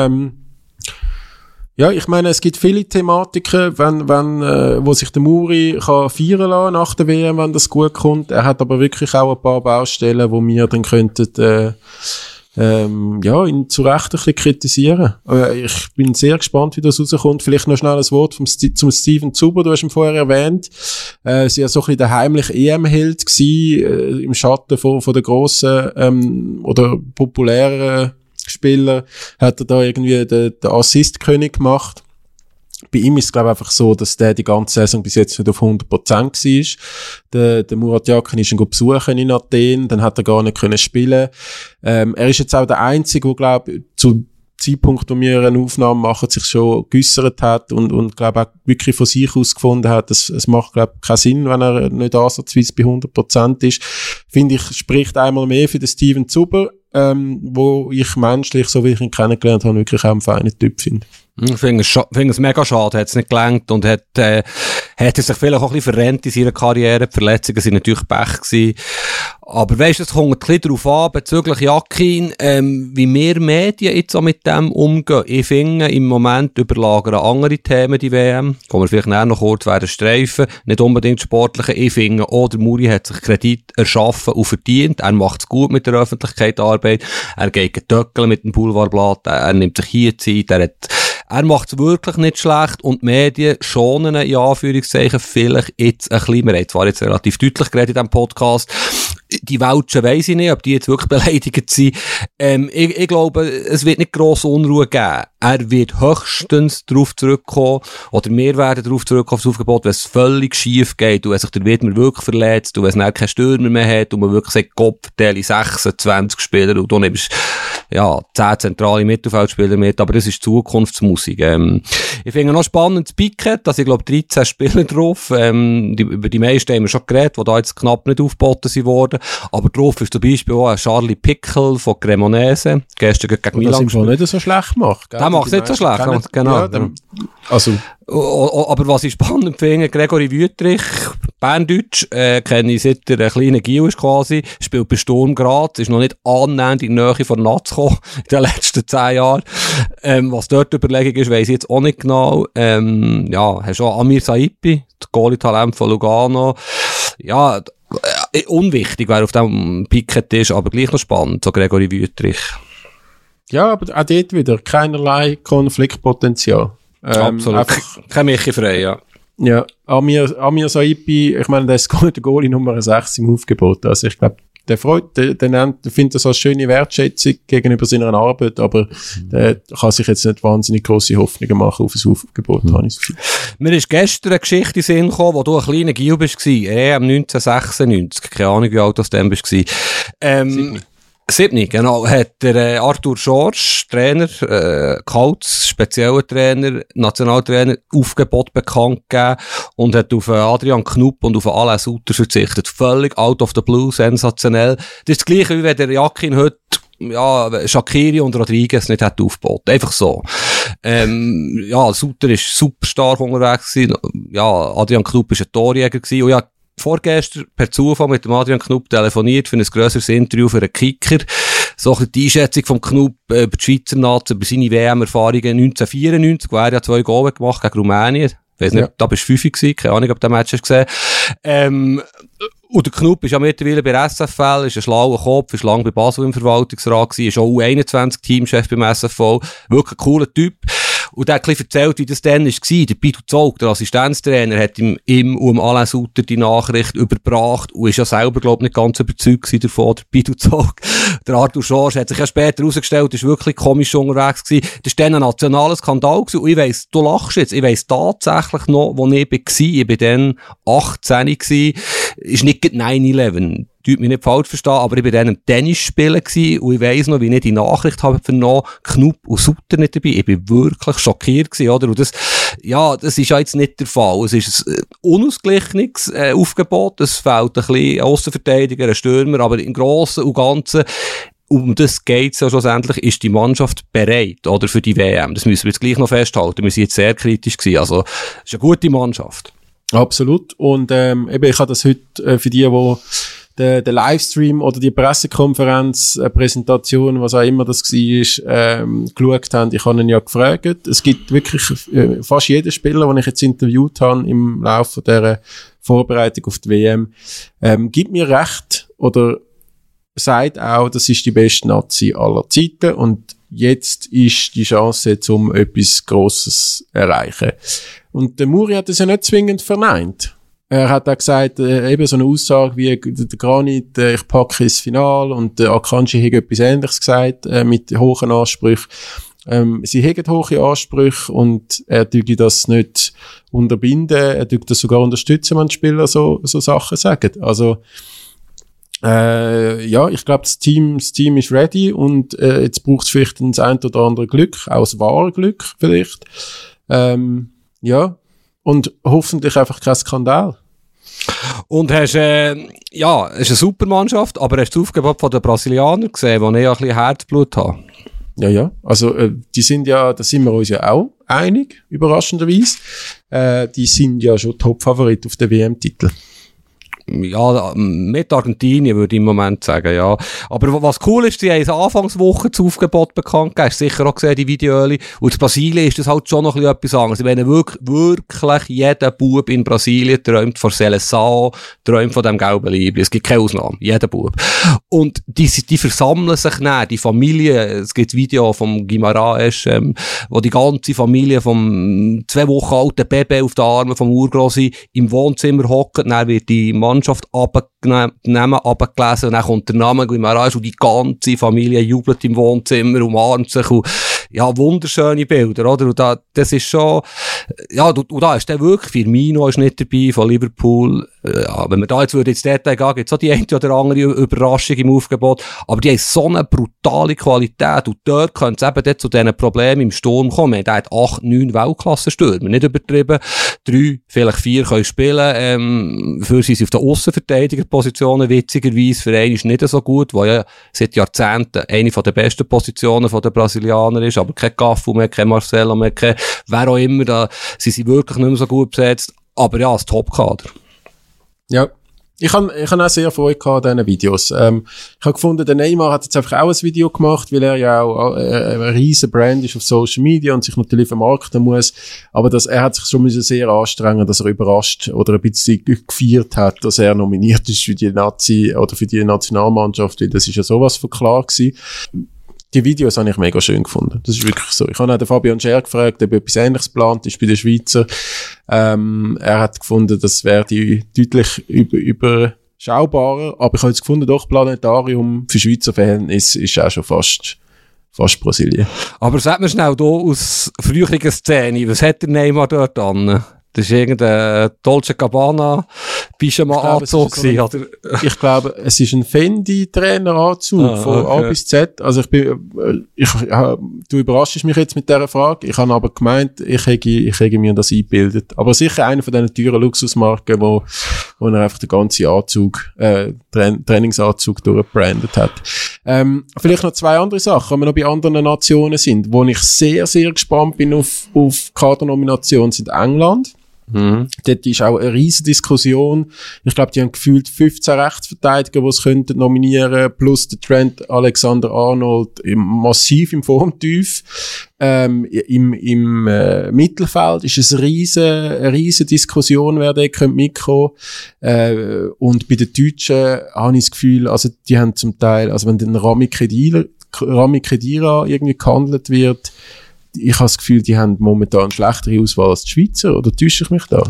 Ja, ich meine, es gibt viele Thematiken, wo sich der Muri kann feiern lassen nach der WM, wenn das gut kommt. Er hat aber wirklich auch ein paar Baustellen, wo wir dann könnten, ihn zu Recht ein bisschen kritisieren. Ich bin sehr gespannt, wie das rauskommt. Vielleicht noch schnell ein Wort zum Steven Zuber, du hast ihn vorher erwähnt. Sie war so ein bisschen der heimliche EM-Held gewesen, im Schatten von der grossen, oder populären Spieler, hat er da irgendwie den Assist-König gemacht. Bei ihm ist es, glaube ich, einfach so, dass der die ganze Saison bis jetzt nicht auf 100% war. Der Murat Yakin ist ihn besuchen in Athen, dann hat er gar nicht können spielen. Er ist jetzt auch der Einzige, der, glaube ich, zu Zeitpunkt, wo wir eine Aufnahme machen, sich schon geäussert hat und glaube auch wirklich von sich aus gefunden hat, es macht, glaube ich, keinen Sinn, wenn er nicht ansatzweise bei 100% ist. Finde ich, spricht einmal mehr für den Steven Zuber, wo ich menschlich, so wie ich ihn kennengelernt habe, wirklich auch einen feinen Typ finde. Ich finde es mega schade, hat es nicht gelangt und hat sich vielleicht auch ein bisschen verrennt in seiner Karriere. Die Verletzungen sind natürlich Pech gewesen. Aber weisst du, es kommt ein bisschen darauf an, bezüglich Yakin, wie wir Medien jetzt auch mit dem umgehen. Ich finde, im Moment überlagern andere Themen die WM. Kommen wir vielleicht nachher noch kurz streifen. Nicht unbedingt sportliche. Ich finde, der Muri hat sich Kredit erschaffen und verdient. Er macht es gut mit der Öffentlichkeit Arbeit. Er geht getöckeln mit dem Boulevardblatt. Er nimmt sich hier Zeit. Er macht es wirklich nicht schlecht und die Medien schonen in Anführungszeichen vielleicht jetzt ein bisschen. Wir haben zwar jetzt relativ deutlich geredet in diesem Podcast. Die Welschen weiss ich nicht, ob die jetzt wirklich beleidigt sind. Ich glaube, es wird nicht grosse Unruhe geben. Er wird höchstens darauf zurückkommen, oder wir werden darauf zurückkommen, auf das Aufgebot, wenn es völlig schief geht und wenn sich der Widmer wirklich verletzt und wenn es dann keinen Stürmer mehr hat und man wirklich sagt, Gott, verteile 26 Spieler und du nimmst 10 zentrale Mittelfeldspieler mit, aber das ist Zukunftsmusik. Ich finde noch spannend das Picket, dass ich glaube 13 Spieler drauf, über die meisten haben wir schon geredet, die da jetzt knapp nicht aufgeboten worden, aber drauf ist zum Beispiel auch ein Charlie Pickel von Cremonese, gestern gegen Milan gespielt. Das nicht so schlecht gemacht, gell? Der macht es nicht so schlecht, genau. Ja, aber was ich spannend finde, Gregory Wüttrich, Berndeutsch, kenne ich seit er ein kleiner Gil ist quasi, spielt bei Sturm Graz, ist noch nicht annähernd in die Nähe von Naz gekommen in den letzten 10 Jahren. Was dort die Überlegung ist, weiss ich jetzt auch nicht genau. Hast auch Amir Saipi, das Goalie-Talent von Lugano. Ja, unwichtig, wer auf dem Picket ist, aber gleich noch spannend, so Gregory Wüttrich. Ja, aber auch dort wieder keinerlei Konfliktpotenzial. Absolut. Kein Michi Frey, ja. Ja, Amir Saipi, ich meine, der ist der Goalie Nummer 6 im Aufgebot. Also ich glaube, der findet das als schöne Wertschätzung gegenüber seiner Arbeit, aber der kann sich jetzt nicht wahnsinnig grosse Hoffnungen machen auf ein Aufgebot, habe ich das Gefühl. Mir ist gestern eine Geschichte in den Sinn gekommen, wo du ein kleiner Gil bist, EM 1996, keine Ahnung, wie alt das dann bist. 7, genau, hat der Arthur Schorsch, Trainer, Kautz, spezieller Trainer, Nationaltrainer, Aufgebot bekannt gegeben und hat auf Adrian Knupp und auf Alain Sutter verzichtet. Völlig out of the blue, sensationell. Das ist das Gleiche, wie wenn der Jakin heute Shaqiri und Rodriguez nicht hat aufgeboten. Einfach so. Sutter ist super stark unterwegs gewesen. Ja, Adrian Knupp ist ein Torjäger gewesen. Und ja, vorgestern per Zufall mit dem Adrian Knupp telefoniert für ein grösseres Interview für einen Kicker. So ein bisschen die Einschätzung vom Knupp über die Schweizer Nazi, über seine WM-Erfahrungen 1994, wo er ja 2 Goal gemacht gegen Rumänien. Ich weiss nicht, da bist du 5 gewesen, keine Ahnung, ob du den Match hast gesehen. Und der Knupp ist ja mittlerweile bei SFL, ist ein schlauer Kopf, ist lange bei Basel im Verwaltungsrat gewesen, ist auch U21-Teamchef beim SFV, wirklich ein cooler Typ. Und der hat ein bisschen erzählt, wie das dann war. Der Pitu Zog, der Assistenztrainer, hat ihm und Alain Sutter die Nachricht überbracht und ist ja selber, glaube ich, nicht ganz überzeugt davon, der Pitu Zog. Der Arthur Schorsch hat sich ja später herausgestellt, ist wirklich komisch unterwegs gewesen. Das war dann ein nationaler Skandal gewesen. Und ich weiss, du lachst jetzt, ich weiss tatsächlich noch, wo ich war, ich war dann 18 gewesen, ist nicht 9/11. Tut mich nicht falsch verstehen, aber ich war dann am Tennis spielen gewesen und ich weiss noch, wie ich die Nachricht habe vernommen, Knupp und Sutter nicht dabei. Ich bin wirklich schockiert gewesen, oder? Und das ist ja jetzt nicht der Fall. Es ist ein unausgeglichenes Aufgebot. Es fehlt ein bisschen Aussenverteidiger, ein Stürmer, aber im Grossen und Ganzen, um das geht's ja schlussendlich, ist die Mannschaft bereit, oder? Für die WM. Das müssen wir jetzt gleich noch festhalten. Wir sind jetzt sehr kritisch gewesen. Also, es ist eine gute Mannschaft. Absolut. Und, ich habe das heute, für die der Livestream oder die Pressekonferenz, Präsentation, was auch immer das war, geschaut haben. Ich habe ihn ja gefragt. Es gibt wirklich fast jeden Spieler, den ich jetzt interviewt habe im Laufe dieser Vorbereitung auf die WM, gibt mir recht oder sagt auch, das ist die beste Nazi aller Zeiten und jetzt ist die Chance, um etwas Grosses zu erreichen. Und der Muri hat das ja nicht zwingend verneint. Er hat auch gesagt, eben so eine Aussage wie der Granit, ich packe ins Finale und der Akanji hat etwas Ähnliches gesagt, mit hohen Ansprüchen. Sie haben hohe Ansprüche und er tue das nicht unterbinden, er tue das sogar unterstützen, wenn die Spieler so Sachen sagen. Also, ich glaube, das Team ist ready und jetzt braucht es vielleicht das ein oder andere Glück, auch das wahre Glück vielleicht. Und hoffentlich einfach kein Skandal. Und hast, es ist eine super Mannschaft, aber hast du das Aufgebot von den Brasilianern gesehen, wo ich ja ein bisschen Herzblut habe? Ja. Also, die sind ja, da sind wir uns ja auch einig, überraschenderweise. Die sind ja schon Top-Favorit auf den WM-Titel. Ja, mit Argentinien würde ich im Moment sagen, ja. Aber was cool ist, die haben Anfangswoche das Aufgebot bekannt gegeben. Hast du sicher auch gesehen, die Videos. Und in Brasilien ist das halt schon noch ein bisschen etwas anderes. Ich meine, wirklich jeder Bub in Brasilien träumt von Seleção, träumt von dem gelben Liebling. Es gibt keine Ausnahme. Jeder Bub. Und die versammeln sich dann, die Familie. Es gibt Video vom Guimaraes, wo die ganze Familie vom 2 Wochen alten Baby auf den Armen vom Urgrosi im Wohnzimmer hockt. Dann wird die Mannschaft abgelesen und dann kommt der Name Guimaraes und die ganze Familie jubelt im Wohnzimmer, umarmt sich und ja, wunderschöne Bilder, oder? Und das ist schon, ja, und da ist der wirklich, Firmino ist nicht dabei, von Liverpool, ja, wenn wir da jetzt ins Detail gehen, gibt es auch die eine oder andere Überraschung im Aufgebot, aber die haben so eine brutale Qualität und dort könnte es eben zu diesen Problemen im Sturm kommen. Der hat 8, 9 Weltklasse-Stürmer, nicht übertrieben, 3, vielleicht 4 können spielen, für sie sind auf der Aussenverteidigerpositionen witzigerweise, für einen ist nicht so gut, weil ja seit Jahrzehnten eine von der besten Positionen der Brasilianer ist, aber kein Cafu mehr, kein Marcelo mehr, kein wer auch immer, da sie sind wirklich nicht mehr so gut besetzt, aber ja, das Top-Kader. Ja, ich habe auch sehr Freude gehabt an diesen Videos. Ich habe gefunden, der Neymar hat jetzt einfach auch ein Video gemacht, weil er ja auch eine riesen Brand ist auf Social Media und sich natürlich vermarkten muss. Aber er hat sich schon sehr anstrengen, dass er überrascht oder ein bisschen gefeiert hat, dass er nominiert ist für die Nazi oder für die Nationalmannschaft, weil das ist ja sowas von klar gewesen. Die Videos habe ich mega schön gefunden. Das ist wirklich so. Ich habe auch den Fabian Scher gefragt, ob etwas Ähnliches geplant ist bei den Schweizer. Er hat gefunden, das wäre deutlich überschaubarer. Aber ich habe jetzt gefunden, doch, Planetarium für Schweizer Verhältnis ist auch schon fast Brasilien. Aber sag mir schnell hier aus früheren Szene, was hat der Neymar dort an? Das war irgendein Dolce Gabbana Pyjama-Anzug. Ich glaube, es ist ein Fendi-Traineranzug von A bis Z. Also du überraschst mich jetzt mit dieser Frage. Ich habe aber gemeint, ich hätte mir das eingebildet. Aber sicher einer von diesen teuren Luxusmarken, wo er einfach den ganzen Anzug, Trainingsanzug durchgebrandet hat. Vielleicht noch zwei andere Sachen, wenn wir noch bei anderen Nationen sind, wo ich sehr, sehr gespannt bin auf Kadernomination, sind England. Dort ist auch eine riesige Diskussion. Ich glaube, die haben gefühlt 15 Rechtsverteidiger, die es könnten nominieren, plus der Trent Alexander-Arnold massiv im Formtief. Im Mittelfeld ist es eine riesige Diskussion, wer da mitkommen könnte. Und bei den Deutschen habe ich das Gefühl, also die haben zum Teil, also wenn dann Rami Khedira irgendwie gehandelt wird, ich habe das Gefühl, die haben momentan eine schlechtere Auswahl als die Schweizer, oder täusche ich mich da?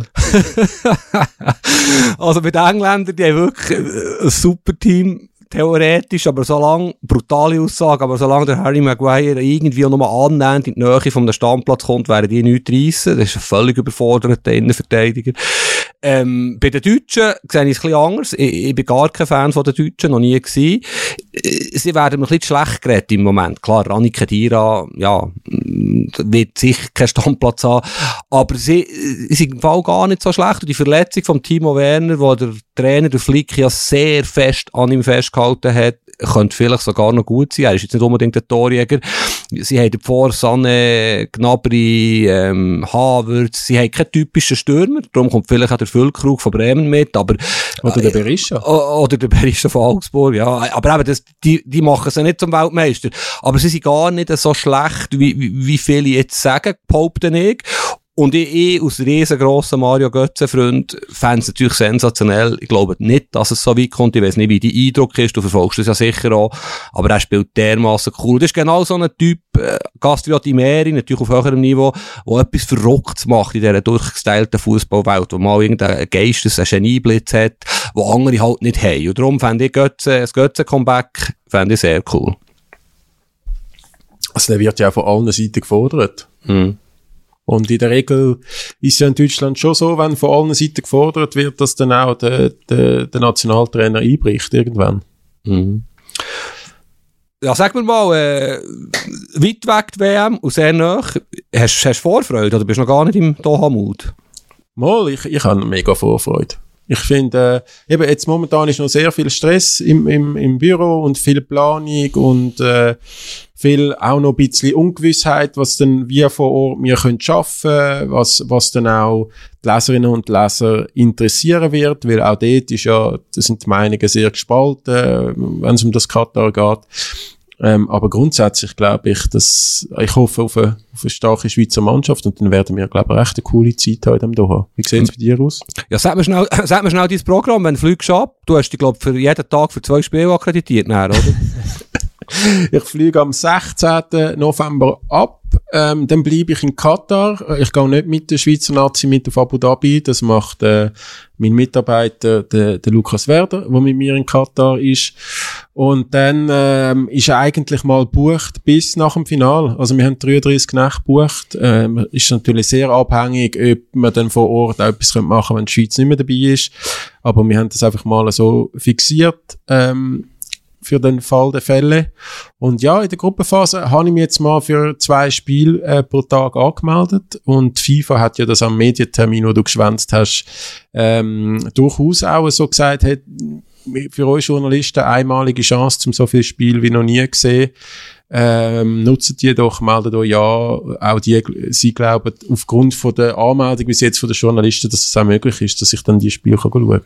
Also bei den Engländern, die haben wirklich ein super Team, theoretisch, aber solange, brutale Aussage, aber solange der Harry Maguire irgendwie auch nochmal annähernd in die Nähe von einem Stammplatz kommt, werden die nichts reissen. Das ist ein völlig überforderter Innenverteidiger. Bei den Deutschen sehe ich es ein bisschen anders. Ich bin gar kein Fan von den Deutschen, noch nie gewesen. Sie werden mir ein bisschen schlecht geredet im Moment. Klar, Rani Khedira, ja, wird sicher keinen Stammplatz haben. Aber sie sind im Fall gar nicht so schlecht. Und die Verletzung von Timo Werner, wo der Trainer, der Flick, ja sehr fest an ihm festgehalten hat, könnte vielleicht sogar noch gut sein. Er ist jetzt nicht unbedingt ein Torjäger. Sie haben davor Sané, Gnabry, Havertz. Sie haben keinen typischen Stürmer. Darum kommt vielleicht auch der Füllkrug von Bremen mit. Aber, oder der Berisha. Oder der Berisha von Augsburg, ja. Aber eben, die machen es ja nicht zum Weltmeister. Aber sie sind gar nicht so schlecht, wie viele jetzt sagen, behaupten ich. Und ich als riesengrosser Mario Götze-Freund fände es natürlich sensationell. Ich glaube nicht, dass es so weit kommt. Ich weiss nicht, wie die Eindruck ist. Du verfolgst das ja sicher auch. Aber er spielt dermassen cool. Das ist genau so ein Typ, Gastriot Imeri, natürlich auf höherem Niveau, der etwas Verrücktes macht in dieser durchgestylten Fußballwelt, wo mal irgendein Geistes, ein Genieblitz hat, wo andere halt nicht haben. Und darum fände ich das Götze-Comeback fände ich sehr cool. Also der wird ja auch von allen Seiten gefordert. Und in der Regel ist es ja in Deutschland schon so, wenn von allen Seiten gefordert wird, dass dann auch der Nationaltrainer einbricht irgendwann. Ja, sag mir mal, weit weg die WM und sehr nah, hast du Vorfreude oder bist du noch gar nicht im Doha-Mut? Mal, ich habe mega Vorfreude. Ich finde, eben jetzt momentan ist noch sehr viel Stress im Büro und viel Planung und viel auch noch ein bisschen Ungewissheit, was dann wir vor Ort wir können schaffen, was dann auch die Leserinnen und Leser interessieren wird, weil auch dort ist ja, da sind die Meinungen sehr gespalten, wenn es um das Katar geht. Aber grundsätzlich glaube ich, ich hoffe auf eine starke Schweizer Mannschaft und dann werden wir, glaube ich, echt eine coole Zeit haben in dem Doha. Wie sieht es bei dir aus? Ja, sag mir schnell dein Programm, wenn du fliegst ab. Du hast dich, glaube ich, für jeden Tag für 2 Spiele akkreditiert, oder? Ich fliege am 16. November ab. Dann bleibe ich in Katar. Ich gehe nicht mit der Schweizer Nazi mit auf Abu Dhabi. Das macht mein Mitarbeiter, der Lukas Werder, der mit mir in Katar ist. Und dann ist er eigentlich mal gebucht bis nach dem Finale. Also wir haben 33 Nächte gebucht. Ist natürlich sehr abhängig, ob wir dann vor Ort auch etwas machen können, wenn die Schweiz nicht mehr dabei ist. Aber wir haben das einfach mal so fixiert. Für den Fall der Fälle. Und ja, in der Gruppenphase habe ich mich jetzt mal für 2 Spiele pro Tag angemeldet. Und FIFA hat ja das am Medientermin, wo du geschwänzt hast, durchaus auch so gesagt, hat für euch Journalisten eine einmalige Chance, um so viele Spiele wie noch nie gesehen. Nutzt die doch, meldet euch ja. Auch sie glauben, aufgrund von der Anmeldung bis jetzt von den Journalisten, dass es auch möglich ist, dass ich dann die Spiele schauen kann.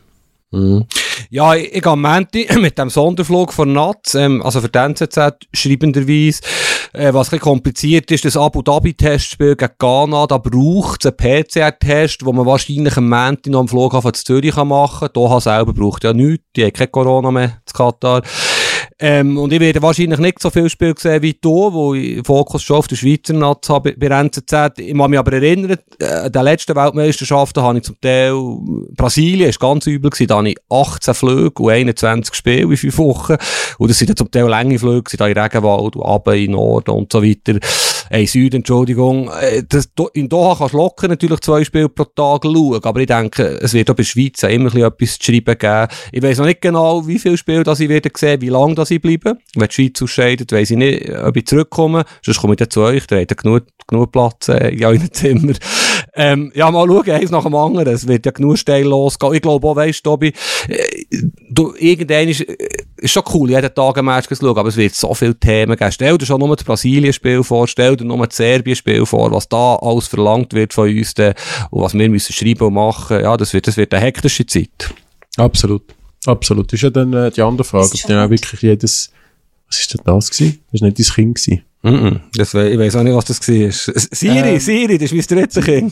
Ja, ich gehe am Montag mit dem Sonderflug von NATS, also für die NZZ schreibenderweise, was ein bisschen kompliziert ist, das Abu Dhabi-Testspiel gegen Ghana, da braucht es einen PCR-Test, wo man wahrscheinlich am Montag noch am Flughafen zu Zürich machen kann. Doha selber braucht ja nichts, die haben kein Corona mehr zu Katar. Und ich werde wahrscheinlich nicht so viel Spiel sehen wie du, wo ich Fokus schon auf der Schweizer Nats habe bei NZZ. Ich kann mich aber erinnern, an den letzten Weltmeisterschaften habe ich zum Teil, Brasilien ist ganz übel gewesen, da habe ich 18 Flüge und 21 Spiele in 5 Wochen. Und das sind dann zum Teil lange Flüge, da in Regenwald und runter in Norden und so weiter. Süd, Entschuldigung. In Doha kannst du locker natürlich 2 Spiele pro Tag schauen, aber ich denke, es wird auch bei der Schweiz immer etwas zu schreiben geben. Ich weiss noch nicht genau, wie viele Spiele das ich werde sehen, wie lange das ich bleibe. Wenn die Schweiz ausscheidet, weiss ich nicht, ob ich zurückkomme. Sonst komme ich dann zu euch, da habt ihr genug Platz in eurem Zimmer. Ja, mal schauen, eins nach dem anderen. Es wird ja genug steil losgehen. Ich glaube auch, weisst Tobi, irgendwann ist schon cool, jeden Tag ein Match zu schauen, aber es wird so viele Themen geben. Stell dir schon nur das Brasilien-Spiel vor, stell dir nur das Serbien-Spiel vor, was da alles verlangt wird von uns und was wir müssen schreiben und machen. Ja, das wird eine hektische Zeit. Absolut. Das ist ja dann die andere Frage, ob dann auch wirklich jedes... Was ist denn das gewesen? Das war nicht dein Kind gewesen. Ich weiss auch nicht, was das war. Siri, das ist mein drittes Kind.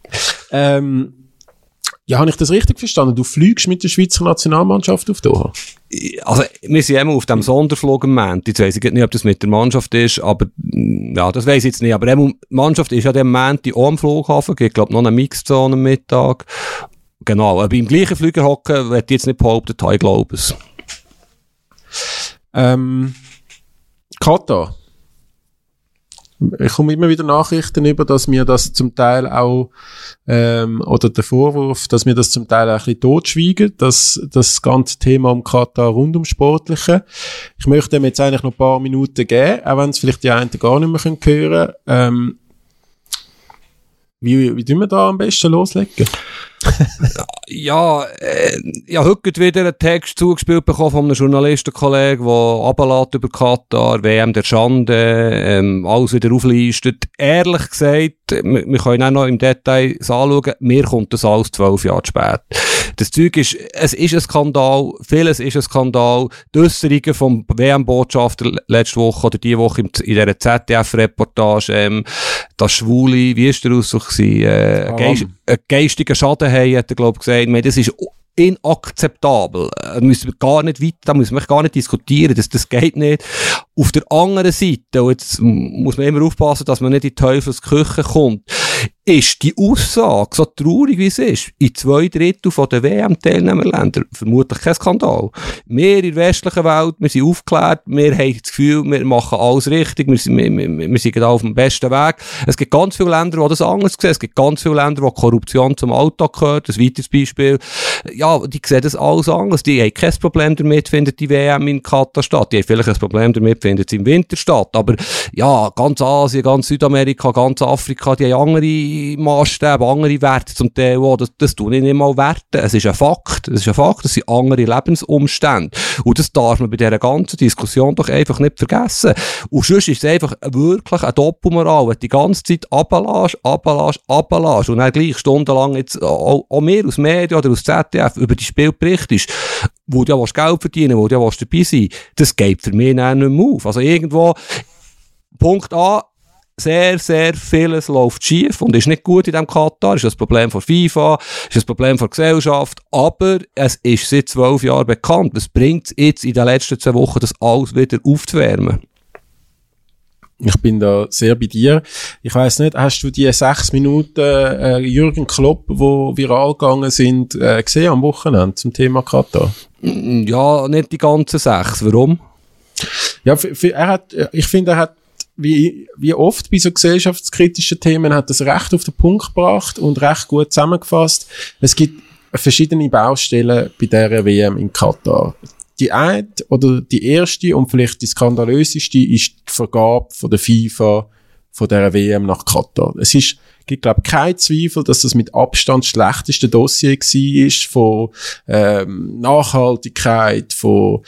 Ja, habe ich das richtig verstanden? Du fliegst mit der Schweizer Nationalmannschaft auf Doha? Also, wir sind immer auf dem Sonderflug am Montag. Jetzt weiss ich nicht, ob das mit der Mannschaft ist, aber, ja, das weiss ich jetzt nicht. Aber die Mannschaft ist ja am Montag auch am Flughafen. Ich glaube, noch eine Mixzone am Mittag. Genau. Aber im gleichen Flieger hocken, hätte ich jetzt nicht behauptet, ich glaube es. Katar. Ich komme immer wieder Nachrichten über, dass mir das zum Teil auch, oder der Vorwurf, dass mir das zum Teil auch ein bisschen totschweigen, das ganze Thema um Katar rund um Sportliche. Ich möchte dem jetzt eigentlich noch ein paar Minuten geben, auch wenn es vielleicht die einen gar nicht mehr hören können. Wie tun wir da am besten loslegen? Ja, ich habe heute wieder einen Text zugespielt bekommen von einem Journalistenkollegen, der runterlässt über Katar, WM der Schande, alles wieder auflistet. Ehrlich gesagt, wir können auch noch im Detail anschauen, mir kommt das alles 12 Jahre spät. Das Zeug ist, es ist ein Skandal, vieles ist ein Skandal. Die Äusserungen vom WM-Botschafter letzte Woche oder diese Woche in dieser ZDF-Reportage, das Schwule, wie ist der Ausdruck gewesen, geistiger Schaden haben, hat er, glaube ich, gesagt. Das ist inakzeptabel. Da müssen wir gar nicht diskutieren. Das geht nicht. Auf der anderen Seite, und jetzt muss man immer aufpassen, dass man nicht in die Teufelsküche kommt, ist die Aussage, so traurig wie es ist, in 2/3 der WM-Teilnehmerländer vermutlich kein Skandal. Wir in der westlichen Welt, wir sind aufgeklärt, wir haben das Gefühl, wir machen alles richtig, wir sind da auf dem besten Weg. Es gibt ganz viele Länder, die das anders sehen. Es gibt ganz viele Länder, wo Korruption zum Alltag gehört. Ein weiteres Beispiel. Ja, die sehen das alles anders. Die haben kein Problem damit, findet die WM in Katar statt. Die haben vielleicht ein Problem damit, findet sie im Winter statt. Aber ja, ganz Asien, ganz Südamerika, ganz Afrika, die haben andere Maßstäbe, andere Werte zum Teil auch. Das tun ich nicht mal werten. Es ist ein Fakt. Das sind andere Lebensumstände. Und das darf man bei dieser ganzen Diskussion doch einfach nicht vergessen. Und sonst ist es einfach wirklich eine Doppelmoral, wenn du die ganze Zeit ablässt und dann gleich stundenlang jetzt auch mehr aus Medien oder aus ZDF über die Spiel berichtest, wo du ja Geld verdienen, wo du ja dabei sein. Das geht für mich nicht mehr auf. Also irgendwo, Punkt A, sehr, sehr vieles läuft schief und ist nicht gut in diesem Katar. Ist das Problem von FIFA, ist das Problem von Gesellschaft, aber es ist seit 12 Jahren bekannt. Was bringt es jetzt in den letzten 2 Wochen, das alles wieder aufzuwärmen? Ich bin da sehr bei dir. Ich weiss nicht, hast du die 6 Minuten Jürgen Klopp, die viral gegangen sind, gesehen am Wochenende zum Thema Katar? Ja, nicht die ganzen 6. Warum? Ja, ich finde, er hat wie oft bei so gesellschaftskritischen Themen hat das recht auf den Punkt gebracht und recht gut zusammengefasst. Es gibt verschiedene Baustellen bei dieser WM in Katar. Die eine oder die erste und vielleicht die skandalöseste ist die Vergabe von der FIFA von dieser WM nach Katar. Gibt, glaube ich, keinen Zweifel, dass das mit Abstand das schlechteste Dossier war von Nachhaltigkeit, von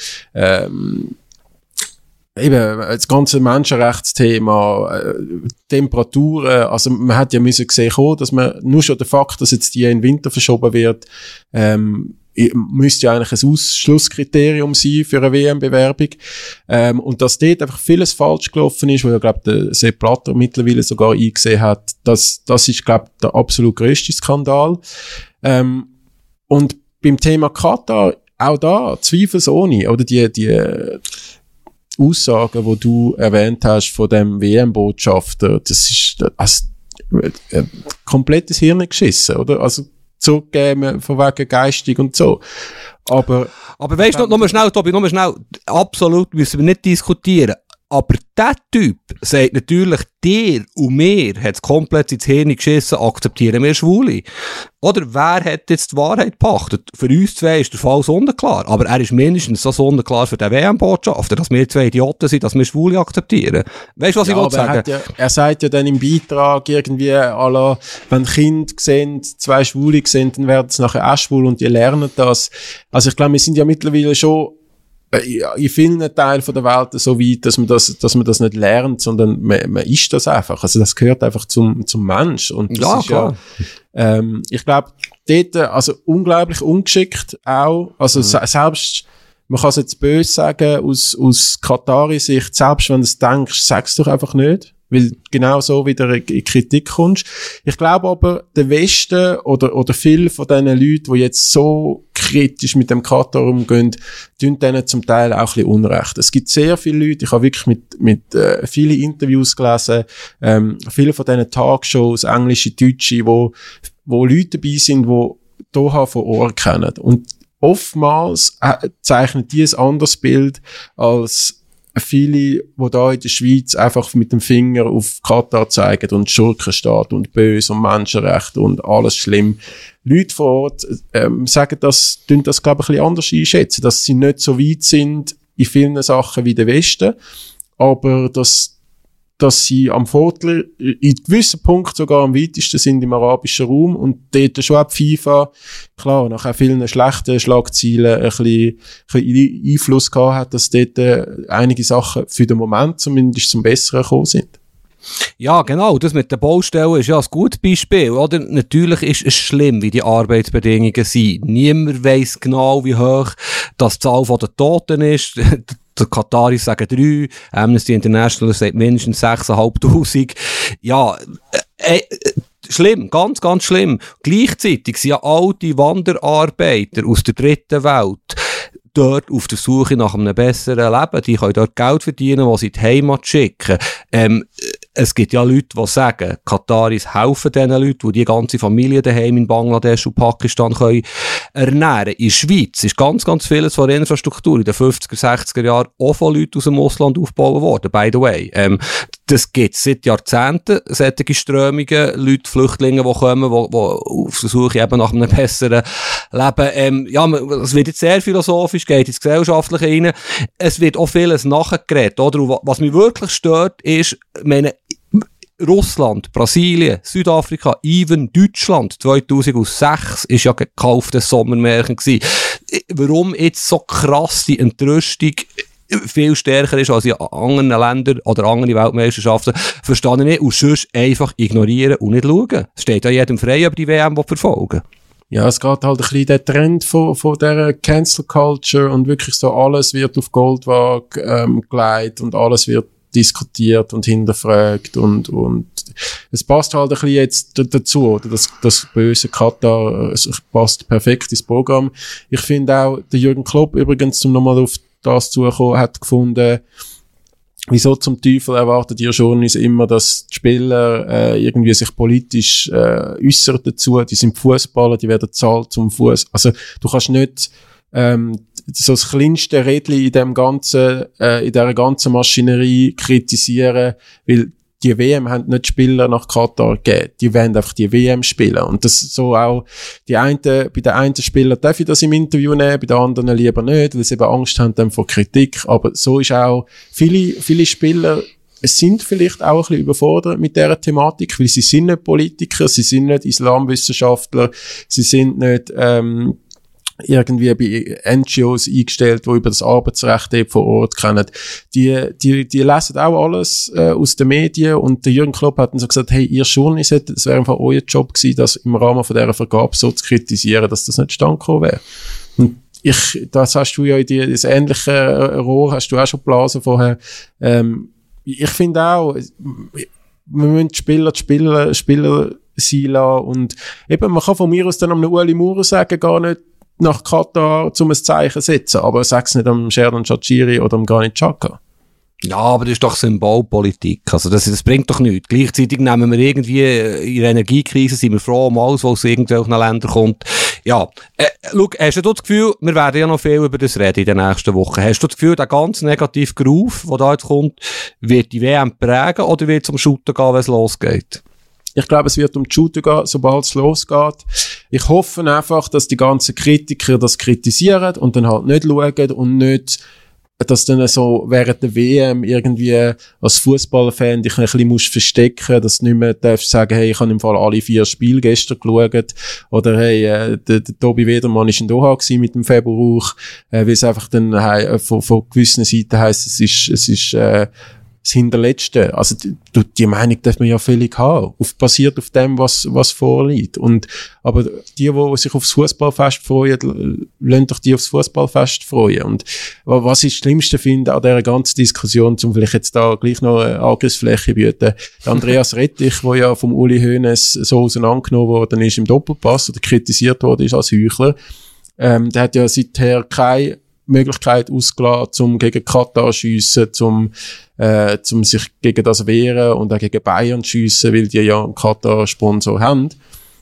eben das ganze Menschenrechtsthema, Temperaturen, also man hat ja müssen sehen, dass man nur schon der Fakt, dass jetzt die in den Winter verschoben wird, müsste ja eigentlich ein Ausschlusskriterium sein für eine WM-Bewerbung. Und dass dort einfach vieles falsch gelaufen ist, wo ja, glaube der Sepp Blatter mittlerweile sogar eingesehen hat, das ist, glaube ich, der absolut grösste Skandal. Und beim Thema Katar, auch da, zweifelsohne, oder die Aussagen, die du erwähnt hast von dem WM-Botschafter, das ist komplettes Hirn geschissen, oder? Also zurückgeben von wegen geistig und so. Aber weißt du, nochmal schnell, Tobi, absolut müssen wir nicht diskutieren. Aber der Typ sagt natürlich, dir und mir hat es komplett ins Hirn geschissen, akzeptieren wir Schwule. Oder wer hat jetzt die Wahrheit gepachtet? Für uns zwei ist der Fall sonnenklar. Aber er ist mindestens so sonnenklar für den WM-Botschafter, dass wir zwei Idioten sind, dass wir Schwule akzeptieren. Weißt du, was ich wollte sagen? Er sagt ja dann im Beitrag irgendwie, wenn Kinder sehen, zwei Schwule sehen, dann werden sie nachher auch schwul und die lernen das. Also ich glaube, wir sind ja mittlerweile schon in vielen Teilen der Welt so weit, dass man das nicht lernt, sondern man ist das einfach. Also das gehört einfach zum Mensch. Und das ja, ist klar. Ich glaube, dort, also unglaublich ungeschickt auch. Also selbst, man kann es jetzt böse sagen, aus Katari-Sicht, selbst wenn du es denkst, sag's doch einfach nicht. Weil genau so wieder in Kritik kommst. Ich glaube aber, der Westen oder viele von diesen Leuten, die jetzt so kritisch mit dem Katar umgehen, tun denen zum Teil auch ein bisschen Unrecht. Es gibt sehr viele Leute, ich habe wirklich mit viele Interviews gelesen, viele von diesen Talkshows, englische, deutsche, wo Leute dabei sind, die Doha vor Ort kennen. Und oftmals zeichnen die ein anderes Bild als viele, die da in der Schweiz einfach mit dem Finger auf Katar zeigen und Schurkenstaat und böse und Menschenrechte und alles schlimm. Leute vor Ort sagen das, tun das, glaube ich, ein bisschen anders einschätzen, dass sie nicht so weit sind in vielen Sachen wie der Westen, aber dass sie am Viertel in gewissen Punkten sogar am weitesten sind im arabischen Raum und dort schon auch die FIFA, klar, nach auch vielen schlechten Schlagzeilen ein bisschen Einfluss gehabt hat, dass dort einige Sachen für den Moment zumindest zum Besseren gekommen sind. Ja, genau. Das mit den Baustellen ist ja ein gutes Beispiel, oder? Natürlich ist es schlimm, wie die Arbeitsbedingungen sind. Niemand weiss genau, wie hoch das die Zahl der Toten ist. Die Kataris sagen 3, Amnesty International sagt mindestens 6'500. Ja, schlimm, ganz, ganz schlimm. Gleichzeitig sind ja all die Wanderarbeiter aus der dritten Welt dort auf der Suche nach einem besseren Leben. Die können dort Geld verdienen, was sie in die Heimat schicken. Es gibt ja Leute, die sagen, Kataris helfen diesen Leuten, die ganze Familie daheim in Bangladesch und Pakistan können ernähren. In der Schweiz ist ganz, ganz vieles von der Infrastruktur in den 50er, 60er Jahren auch von Leuten aus dem Ausland aufgebaut worden, by the way. Das gibt es seit Jahrzehnten, solche Strömungen, Leute, Flüchtlinge, die kommen, die auf der Suche eben nach einem besseren Leben. Ja, es wird jetzt sehr philosophisch, geht ins Gesellschaftliche rein. Es wird auch vieles nachgeredet, oder? Und was mich wirklich stört, ist, Russland, Brasilien, Südafrika, even Deutschland 2006 ist ja gekauftes Sommermärchen gewesen. Warum jetzt so krass die Entrüstung viel stärker ist als in anderen Ländern oder anderen Weltmeisterschaften, verstehe ich nicht. Und sonst einfach ignorieren und nicht schauen. Es steht ja jedem frei, über die WM verfolgen. Ja, es geht halt ein bisschen der Trend von dieser Cancel Culture und wirklich so alles wird auf Goldwaage gelegt und alles wird diskutiert und hinterfragt und es passt halt ein bisschen jetzt dazu, oder das böse Katar, es passt perfekt ins Programm. Ich finde auch, der Jürgen Klopp übrigens, um nochmal auf das zukommen, hat gefunden, wieso zum Teufel erwartet ihr Journalisten immer, dass die Spieler irgendwie sich politisch äußern dazu, die sind Fußballer, die werden zahlt zum Fuß. Also du kannst nicht so das kleinste Rädchen in dieser ganzen Maschinerie kritisieren, weil die WM haben nicht Spieler nach Katar gegeben. Die wollen einfach die WM spielen. Und das so auch, bei den einen Spielern darf ich das im Interview nehmen, bei den anderen lieber nicht, weil sie eben Angst haben dann vor Kritik. Aber so ist auch, viele Spieler sind vielleicht auch ein bisschen überfordert mit dieser Thematik, weil sie sind nicht Politiker, sie sind nicht Islamwissenschaftler, sie sind nicht, irgendwie bei NGOs eingestellt, die über das Arbeitsrecht vor Ort kennen. Die lesen auch alles aus den Medien und der Jürgen Klopp hat dann so gesagt, hey, ihr Journalisten, es wäre einfach euer Job gewesen, das im Rahmen von dieser Vergabe so zu kritisieren, dass das nicht stand gekommen wäre. Und das hast du ja in das ähnliche Rohr, hast du auch schon geblasen vorher. Ich finde auch, wir müssen die Spieler sein lassen und eben, man kann von mir aus dann am Ueli Maurer sagen, gar nicht nach Katar zum ein Zeichen setzen, aber sag's nicht am Xherdan Shaqiri oder am Granit Xhaka. Ja, aber das ist doch Symbolpolitik. Also das bringt doch nichts. Gleichzeitig nehmen wir irgendwie in der Energiekrise, sind wir froh um alles, was aus irgendwelchen Ländern kommt. Ja, schau, hast du das Gefühl, wir werden ja noch viel über das reden in den nächsten Wochen. Hast du das Gefühl, der ganz negative Groove, der da jetzt kommt, wird die WM prägen oder wird es um Shooter gehen, wenn es losgeht? Ich glaube, es wird um die Shooter gehen, sobald es losgeht. Ich hoffe einfach, dass die ganzen Kritiker das kritisieren und dann halt nicht schauen und nicht, dass dann so während der WM irgendwie als Fußballfan dich ein bisschen verstecken, dass du nicht mehr darfst sagen, hey, ich habe im Fall alle 4 Spiele gestern geschaut, oder hey, der Tobi Wedermann ist in Doha gewesen mit dem Februar, weil es einfach dann von gewissen Seiten heisst, es ist das Hinterletzte. Also die Meinung darf man ja völlig haben. Basiert auf dem, was vorliegt. Aber die sich aufs Fußballfest freuen, lassen doch die aufs Fußballfest freuen. Und was ich das Schlimmste finde an dieser ganzen Diskussion, zum vielleicht jetzt da gleich noch eine Angriffsfläche bieten, Andreas Rettich, der ja vom Uli Hoeneß so auseinandergenommen worden ist im Doppelpass oder kritisiert worden ist als Heuchler, der hat ja seither keine Möglichkeit ausgelassen, um gegen Katar schiessen, zum sich gegen das wehren und auch gegen Bayern schiessen, weil die ja einen Katar-Sponsor haben.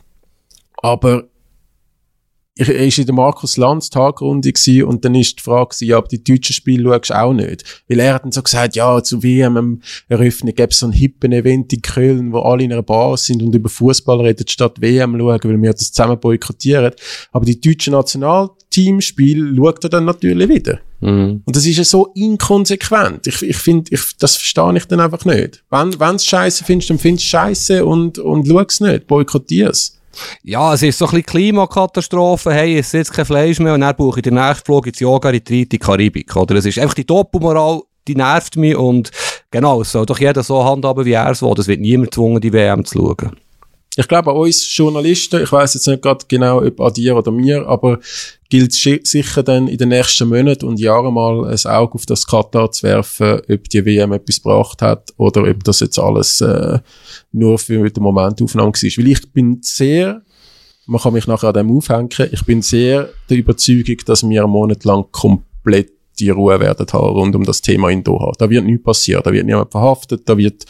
Aber ich war in der Markus Lanz Tagrunde gewesen, und dann ist die Frage gewesen, ja, aber die deutschen Spiele schaust du auch nicht. Weil er hat dann so gesagt, ja, zu WM-Eröffnung gäbe es so ein hippen Event in Köln, wo alle in einer Bar sind und über Fußball reden, statt WM schauen, weil wir das zusammen boykottieren. Aber die deutschen Nationalteamspiele schaut er dann natürlich wieder. Mhm. Und das ist ja so inkonsequent. Ich finde, das verstehe ich dann einfach nicht. Wenn es scheisse findest, dann findest du scheisse und schau es nicht, boykottier es. Ja, es ist so ein bisschen Klimakatastrophe. Hey, es ist jetzt kein Fleisch mehr und dann brauche ich den nächsten Flug ins Yoga-Retreat in die Karibik. Oder es ist einfach die Doppelmoral, die nervt mich, und genau, es soll doch jeder so handhaben, wie er es will. Es wird niemand gezwungen, die WM zu schauen. Ich glaube, an uns Journalisten, ich weiss jetzt nicht gerade genau, ob an dir oder mir, aber gilt sicher dann in den nächsten Monaten und Jahren mal ein Auge auf das Katar zu werfen, ob die WM etwas gebracht hat oder ob das jetzt alles nur für den Momentaufnahme war. Weil ich bin sehr, man kann mich nachher an dem aufhängen, ich bin sehr der Überzeugung, dass wir einen Monat lang komplett die Ruhe werden haben rund um das Thema in Doha. Da wird nichts passieren, da wird niemand verhaftet,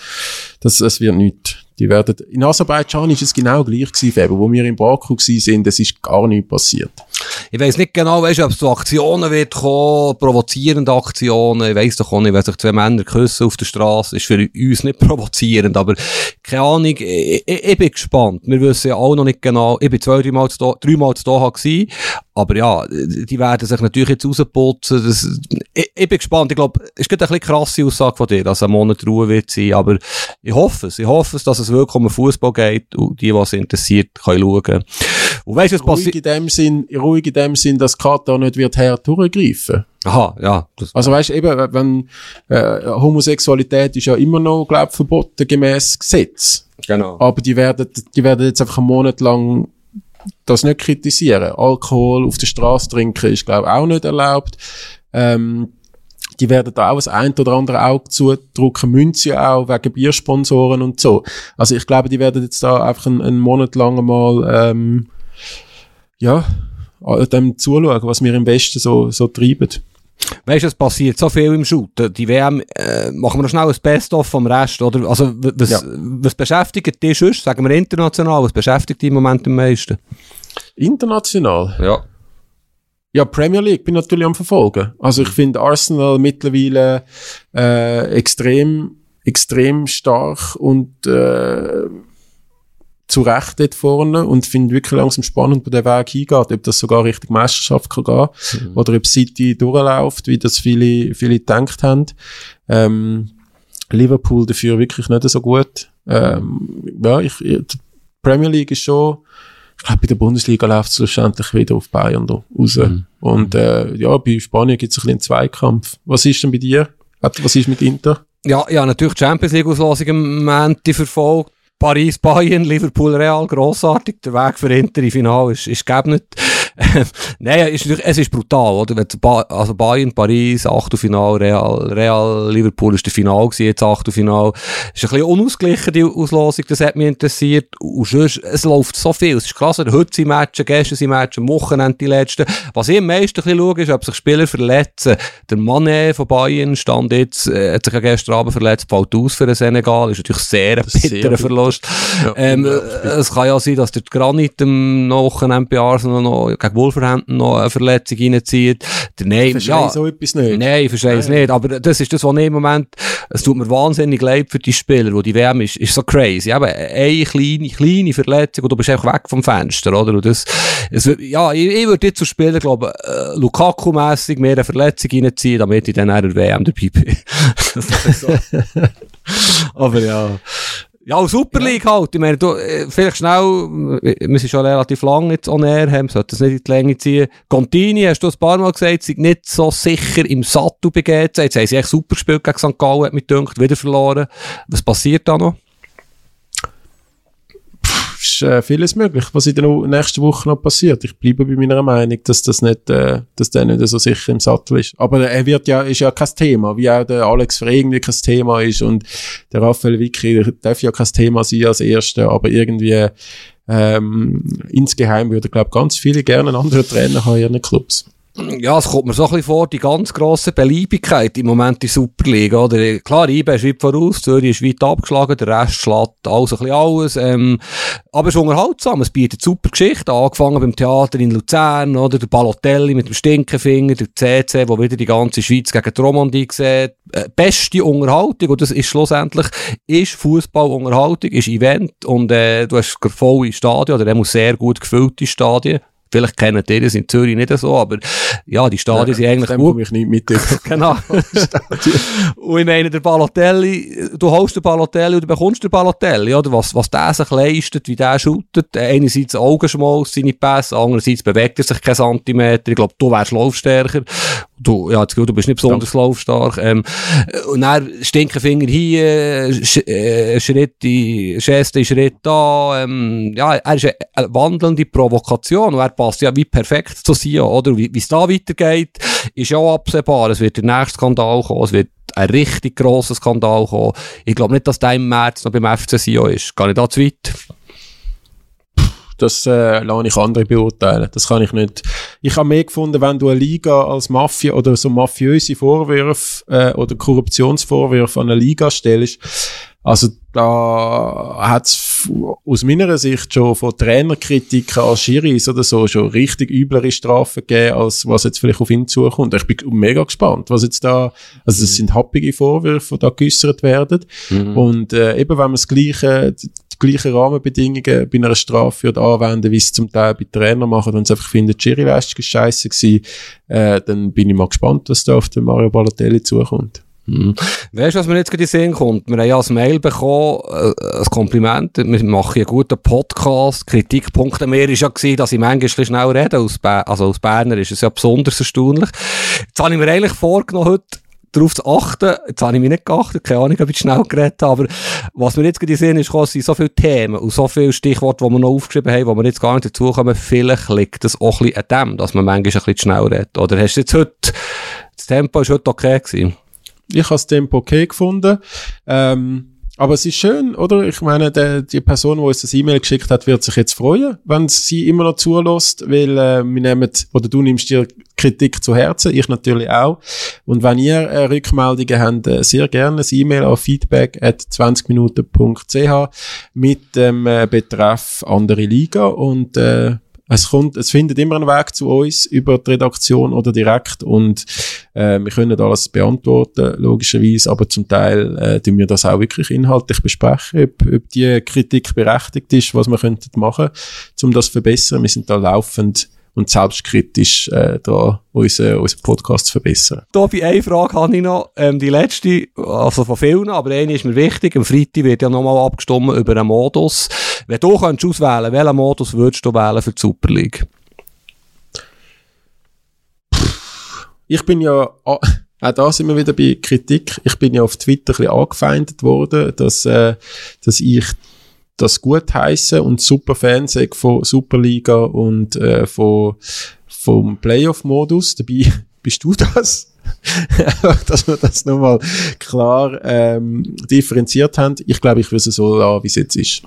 es wird nichts. In Aserbaidschan ist es genau gleich gewesen, wo wir in Baku waren, es ist gar nichts passiert. Ich weiss nicht genau, ob es zu Aktionen wird kommen, provozierende Aktionen. Ich weiss doch auch nicht, wenn sich 2 Männer küssen auf der Straße, ist für uns nicht provozierend, aber keine Ahnung, ich bin gespannt. Wir wissen ja auch noch nicht genau, ich bin 3-mal zu Doha gewesen, aber ja, die werden sich natürlich jetzt rausputzen. Ich bin gespannt. Ich glaube, es ist gerade eine krasse Aussage von dir, dass ein Monat Ruhe wird sein, aber ich hoffe es, dass es wirklich um den Fußball geht und die, was interessiert, können schauen. Und weißt du, was passiert? Ruhig in dem Sinn, dass Katar nicht wird durchgreifen. Aha, ja. Also weißt du, eben, wenn Homosexualität ist ja immer noch, glaube ich, verboten gemäss Gesetz. Genau. Aber die werden jetzt einfach einen Monat lang das nicht kritisieren. Alkohol auf der Straße trinken ist, glaube ich, auch nicht erlaubt. Die werden da auch das ein oder andere Auge zudrücken, müssen ja auch, wegen Biersponsoren und so. Also ich glaube, die werden jetzt da einfach einen Monat lang mal, dem zuschauen, was wir im Westen so treiben. Weißt du, es passiert so viel im Shoot. Die WM, machen wir noch schnell ein Best-of vom Rest, oder? Also, was beschäftigt dich sonst? Sagen wir international, was beschäftigt dich im Moment am meisten? International? Ja. Ja, Premier League bin natürlich am Verfolgen. Also ich finde Arsenal mittlerweile extrem stark und zu Recht dort vorne, und finde wirklich langsam spannend, wo der Weg hingeht, ob das sogar Richtung Meisterschaft kann gehen, oder ob City durchläuft, wie das viele gedacht haben. Liverpool dafür wirklich nicht so gut. Die Premier League ist schon, ich glaube, bei der Bundesliga läuft es schlussendlich wieder auf Bayern da raus. Und bei Spanien gibt es ein bisschen einen Zweikampf. Was ist denn bei dir? Was ist mit Inter? Ja, natürlich die Champions League-Auslosung im Moment verfolgt. Paris, Bayern, Liverpool, Real, grossartig. Der Weg für Inter im Finale ist gegeben. Nein, es ist brutal, oder? Also Bayern, Paris, Achtelfinale, Real, Liverpool ist der Final gewesen, jetzt Achtelfinale. Es ist ein bisschen unausgeglichen, die Auslosung, das hat mich interessiert. Und sonst, es läuft so viel. Es ist krass, heute sind Matchen, gestern sind Matchen, am Wochenende die letzten. Was ich am meisten ein bisschen schaue, ist, ob sich Spieler verletzen. Der Mané von Bayern stand jetzt, hat sich ja gestern Abend verletzt, fällt aus für den Senegal. Ist natürlich sehr ein bitterer Verlust. Ja, es kann ja sein, dass der Granit am Wochenende bei Arsenal noch gegen Wolverhampton noch eine Verletzung reinzieht. Verstehe so etwas nicht. Nein, ich verstehe es nicht. Aber das ist das, was ich im Moment, es tut mir wahnsinnig leid für die Spieler, wo die WM ist so crazy. Eben, eine kleine Verletzung und du bist einfach weg vom Fenster, oder? Und ich würde jetzt zu Spielern, glaube ich, Lukaku-mässig mehr eine Verletzung reinziehen, damit ich dann auch der WM dabei bin. So. Aber ja. Ja, Super League halt. Ich meine, vielleicht schnell, wir sind schon relativ lang jetzt on air, sollten das nicht in die Länge ziehen. Contini, hast du ein paar Mal gesagt, sind nicht so sicher im Sattel bei GC. Jetzt haben sie echt super gespielt gegen St. Gallen, hat mich gedacht, wieder verloren. Was passiert da noch? Ist vieles möglich, was in der nächsten Woche noch passiert. Ich bleibe bei meiner Meinung, dass der nicht so sicher im Sattel ist. Aber er ist ja kein Thema, wie auch der Alex Frey irgendwie kein Thema ist und der Raphael Vicky darf ja kein Thema sein als Erster, aber irgendwie insgeheim würde, glaube ich, ganz viele gerne einen anderen Trainer haben in ihren Clubs. Ja, es kommt mir so ein bisschen vor, die ganz grosse Beliebigkeit im Moment in der Superliga, oder? Klar, IB ist weit voraus, Zürich ist weit abgeschlagen, der Rest schlägt alles ein bisschen alles, aber es ist unterhaltsam, es bietet super Geschichten, angefangen beim Theater in Luzern, oder? Der Balotelli mit dem Stinkefinger, der CC, wo wieder die ganze Schweiz gegen die Romandie sieht, beste Unterhaltung, und das ist schlussendlich, ist Fußballunterhaltung, ist Event, und du hast volle Stadien, oder er muss sehr gut gefüllte Stadien. Vielleicht kennen die das in Zürich nicht so, aber ja, die Stadien sind eigentlich gut. Ich nicht mit. Genau. Und ich meine, der Balotelli, du holst den Balotelli und du bekommst den Balotelli, oder? Was der sich leistet, wie der shootet. Einerseits Augenschmaus, seine Pässe, andererseits bewegt er sich keinen Zentimeter. Ich glaube, du wärst laufstärker. Du bist nicht besonders laufstark. Und dann Stinkefinger hier, Schritte Schritt da. Er ist eine wandelnde Provokation. Und er passt ja wie perfekt zu Sion, oder? Wie es da weitergeht, ist ja auch absehbar. Es wird der nächste Skandal kommen, es wird ein richtig grosser Skandal kommen. Ich glaube nicht, dass der im März noch beim FC Sion ist. Gar nicht da zu weit. Das lasse ich andere beurteilen. Das kann ich nicht. Ich habe mehr gefunden, wenn du eine Liga als Mafia oder so mafiöse Vorwürfe oder Korruptionsvorwürfe an eine Liga stellst. Also da hat's aus meiner Sicht schon von Trainerkritiken als Schiris oder so schon richtig üblere Strafen gegeben, als was jetzt vielleicht auf ihn zukommt. Ich bin mega gespannt, was jetzt da, also das sind happige Vorwürfe, die da geäussert werden. Und eben wenn man die gleichen Rahmenbedingungen bei einer Strafe anwenden, wie es zum Teil bei Trainern machen, wenn sie einfach finden, die Schiri-Leistung ist scheisse gewesen, dann bin ich mal gespannt, was da auf den Mario Balotelli zukommt. Weißt du, was mir jetzt gerade in den Sinn kommt? Wir haben ja ein Mail bekommen, ein Kompliment. Wir machen einen guten Podcast. Kritikpunkt an mir war ja gewesen, dass ich manchmal schnell rede. Als Berner ist es ja besonders erstaunlich. Jetzt habe ich mir eigentlich vorgenommen, heute darauf zu achten. Jetzt habe ich mich nicht geachtet. Keine Ahnung, ob ich schnell geredet habe. Aber was mir jetzt gerade in den Sinn ist, es sind so viele Themen und so viele Stichworte, die wir noch aufgeschrieben haben, die wir jetzt gar nicht dazukommen. Vielleicht liegt das auch ein bisschen an dem, dass man manchmal ein bisschen schnell redet. Oder hast du jetzt heute, das Tempo ist heute okay gewesen? Ich habe das Tempo okay gefunden. Aber es ist schön, oder? Ich meine, die Person, die uns das E-Mail geschickt hat, wird sich jetzt freuen, wenn sie immer noch zulässt, weil du nimmst dir Kritik zu Herzen, ich natürlich auch. Und wenn ihr Rückmeldungen habt, sehr gerne ein E-Mail an feedback@20minuten.ch mit dem Betreff andere Liga und es findet immer einen Weg zu uns über die Redaktion oder direkt und wir können alles beantworten, logischerweise, aber zum Teil tun wir das auch wirklich inhaltlich besprechen, ob die Kritik berechtigt ist, was wir könnten machen, um das zu verbessern. Wir sind da laufend und selbstkritisch da unseren Podcast zu verbessern. Tobi, eine Frage habe ich noch, die letzte, also von vielen, aber eine ist mir wichtig. Am Freitag wird ja nochmal abgestimmt über einen Modus. Wenn du könntest auswählen, welchen Modus würdest du wählen für die Super League? Ich bin ja, auch da sind wir wieder bei Kritik, ich bin ja auf Twitter ein bisschen angefeindet worden, dass ich das gut heissen und super Fan sei von Superliga und vom Playoff-Modus. Dabei bist du das. Dass wir das nochmal klar differenziert haben. Ich glaube, ich würde es so lassen, wie es jetzt ist.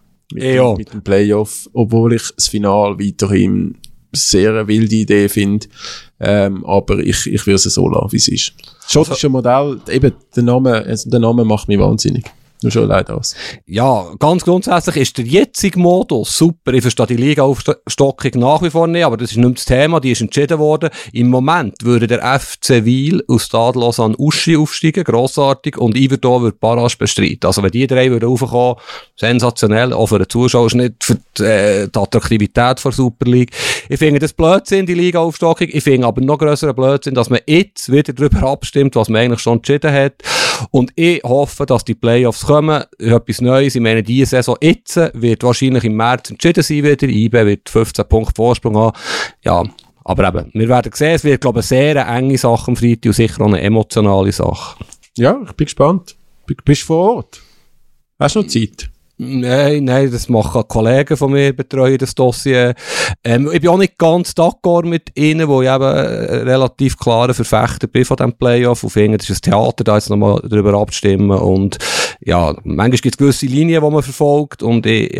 Mit dem Playoff, obwohl ich das Finale weiterhin sehr eine wilde Idee finde. Aber ich würde es so lassen, wie es ist. Schottische Modell, eben der Name macht mich wahnsinnig. Nur schon leid aus. Ja, ganz grundsätzlich ist der jetzige Modus super. Ich verstehe die Liga-Aufstockung nach wie vor nicht, aber das ist nicht das Thema, die ist entschieden worden. Im Moment würde der FC Wil aus Stade Lausanne Uschi aufsteigen, grossartig, und Yverdon würde Barrage bestreiten. Also wenn die drei würden raufkommen, sensationell, auch für den Zuschauer, ist nicht für die Attraktivität der Super League. Ich finde das Blödsinn, die Liga-Aufstockung. Ich finde aber noch grösseren Blödsinn, dass man jetzt wieder darüber abstimmt, was man eigentlich schon entschieden hat. Und ich hoffe, dass die Playoffs kommen, etwas Neues. Ich meine, diese Saison jetzt wird wahrscheinlich im März entschieden sein wieder. IB wird 15 Punkte Vorsprung haben. Ja, aber eben, wir werden sehen, es wird, glaube ich, eine sehr enge Sache am Freitag und sicher auch eine emotionale Sache. Ja, ich bin gespannt. Bist du vor Ort? Hast du noch Zeit? Nein, das machen Kollegen von mir, betreuen das Dossier. Ich bin auch nicht ganz d'accord mit ihnen, wo ich eben relativ klarer Verfechter bin von diesem Playoff und finde, das ist ein Theater, da jetzt nochmal darüber abzustimmen, und ja, manchmal gibt es gewisse Linien, die man verfolgt, und ich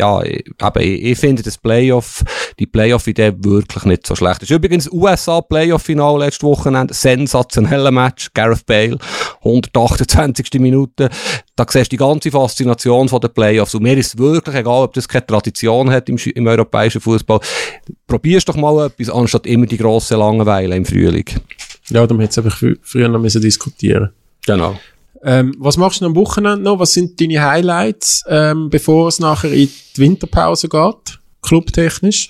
finde das die Playoff-Idee wirklich nicht so schlecht. Das ist übrigens USA-Playoff-Final letztes Wochenende, sensationeller Match, Gareth Bale, 128. Minute, da siehst du die ganze Faszination von den Playoffs, und mir ist es wirklich egal, ob das keine Tradition hat im europäischen Fußball. Probierst doch mal etwas, anstatt immer die grosse Langeweile im Frühling. Ja, dann hätte es einfach früher noch diskutieren. Genau. Was machst du am Wochenende noch? Was sind deine Highlights, bevor es nachher in die Winterpause geht? Clubtechnisch?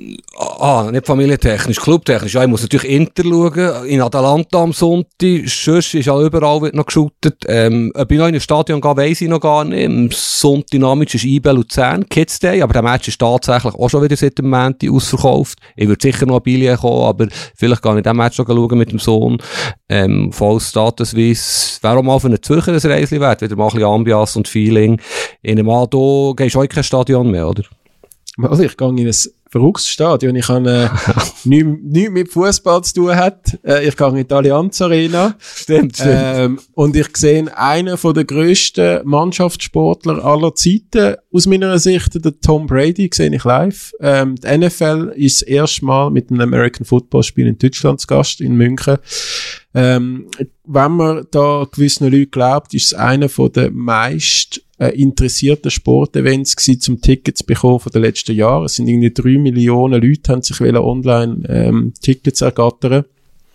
Nicht familientechnisch, clubtechnisch. Ja, ich muss natürlich Inter schauen. In Atalanta am Sonntag. Sonst ist ja überall wird noch geshootet. Ob ich noch in ein Stadion gehe, weiss ich noch gar nicht. Am Sonntagnachmittag ist IB Luzern, Kids Day. Aber der Match ist tatsächlich auch schon wieder seit dem Montag ausverkauft. Ich würde sicher noch ein Billet kommen, aber vielleicht gar nicht den Match noch schauen mit dem Sohn. Voll Statusweise. Wäre auch mal für einen Zürcher ein Reisli wert. Wieder mal ein bisschen Ambiance und Feeling. In einem Mal, da gehst du auch kein Stadion mehr, oder? Also ich gehe in ein verrücktes Stadion. Ich habe nichts mit Fußball zu tun hat. Ich gehe in die Allianz Arena. Stimmt. Und ich sehe einen von der grössten Mannschaftssportler aller Zeiten. Aus meiner Sicht, der Tom Brady, sehe ich live. Die NFL ist das erste Mal mit einem American Football Spiel in Deutschland zu Gast, in München. Wenn man da gewissen Leuten glaubt, ist es einer von der meist interessierten Sportevents gewesen, zum Tickets bekommen von den letzten Jahren. Es sind irgendwie 3 Millionen Leute, haben sich online Tickets ergattern.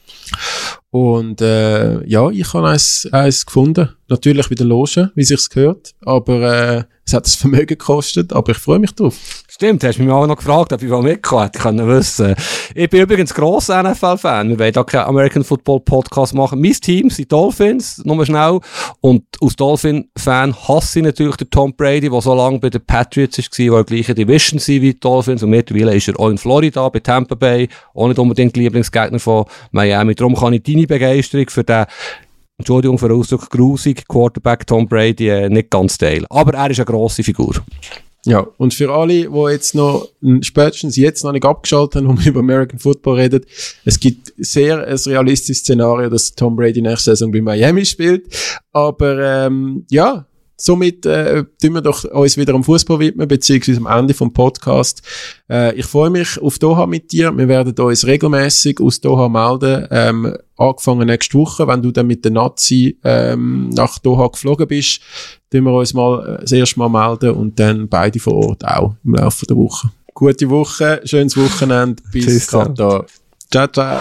Und ja, ich habe eins gefunden. Natürlich wieder Loge, wie sich's gehört. Aber es hat das Vermögen gekostet, aber ich freue mich drauf. Stimmt, hast du mich auch noch gefragt, ob ich mal mitgekommen hätte. Ich kann nicht wissen. Ich bin übrigens grosser NFL-Fan. Wir wollen da keinen American Football Podcast machen. Mein Team sind Dolphins, nur schnell. Und als Dolphin-Fan hasse ich natürlich den Tom Brady, der so lange bei den Patriots war, der gleiche Division war wie die Dolphins. Und mittlerweile ist er auch in Florida, bei Tampa Bay. Auch nicht unbedingt Lieblingsgegner von Miami. Darum kann ich deine Begeisterung für den, Entschuldigung für den Ausdruck, grusig Quarterback Tom Brady nicht ganz teilen. Aber er ist eine grosse Figur. Ja, und für alle, die jetzt noch, spätestens jetzt noch nicht abgeschaltet haben, wo wir über American Football reden, es gibt sehr ein realistisches Szenario, dass Tom Brady nächste Saison bei Miami spielt. Aber ja, somit tun wir doch uns wieder am Fußball widmen, beziehungsweise am Ende vom Podcast. Ich freue mich auf Doha mit dir. Wir werden uns regelmäßig aus Doha melden. Angefangen nächste Woche, wenn du dann mit der Nazi nach Doha geflogen bist, tun wir uns mal das erste Mal melden und dann beide vor Ort auch im Laufe der Woche. Gute Woche, schönes Wochenende, bis Katar. Ciao, ciao.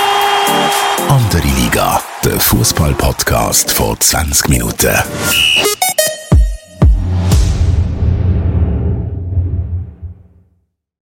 Andere Liga, der Fußball-Podcast vor 20 Minuten.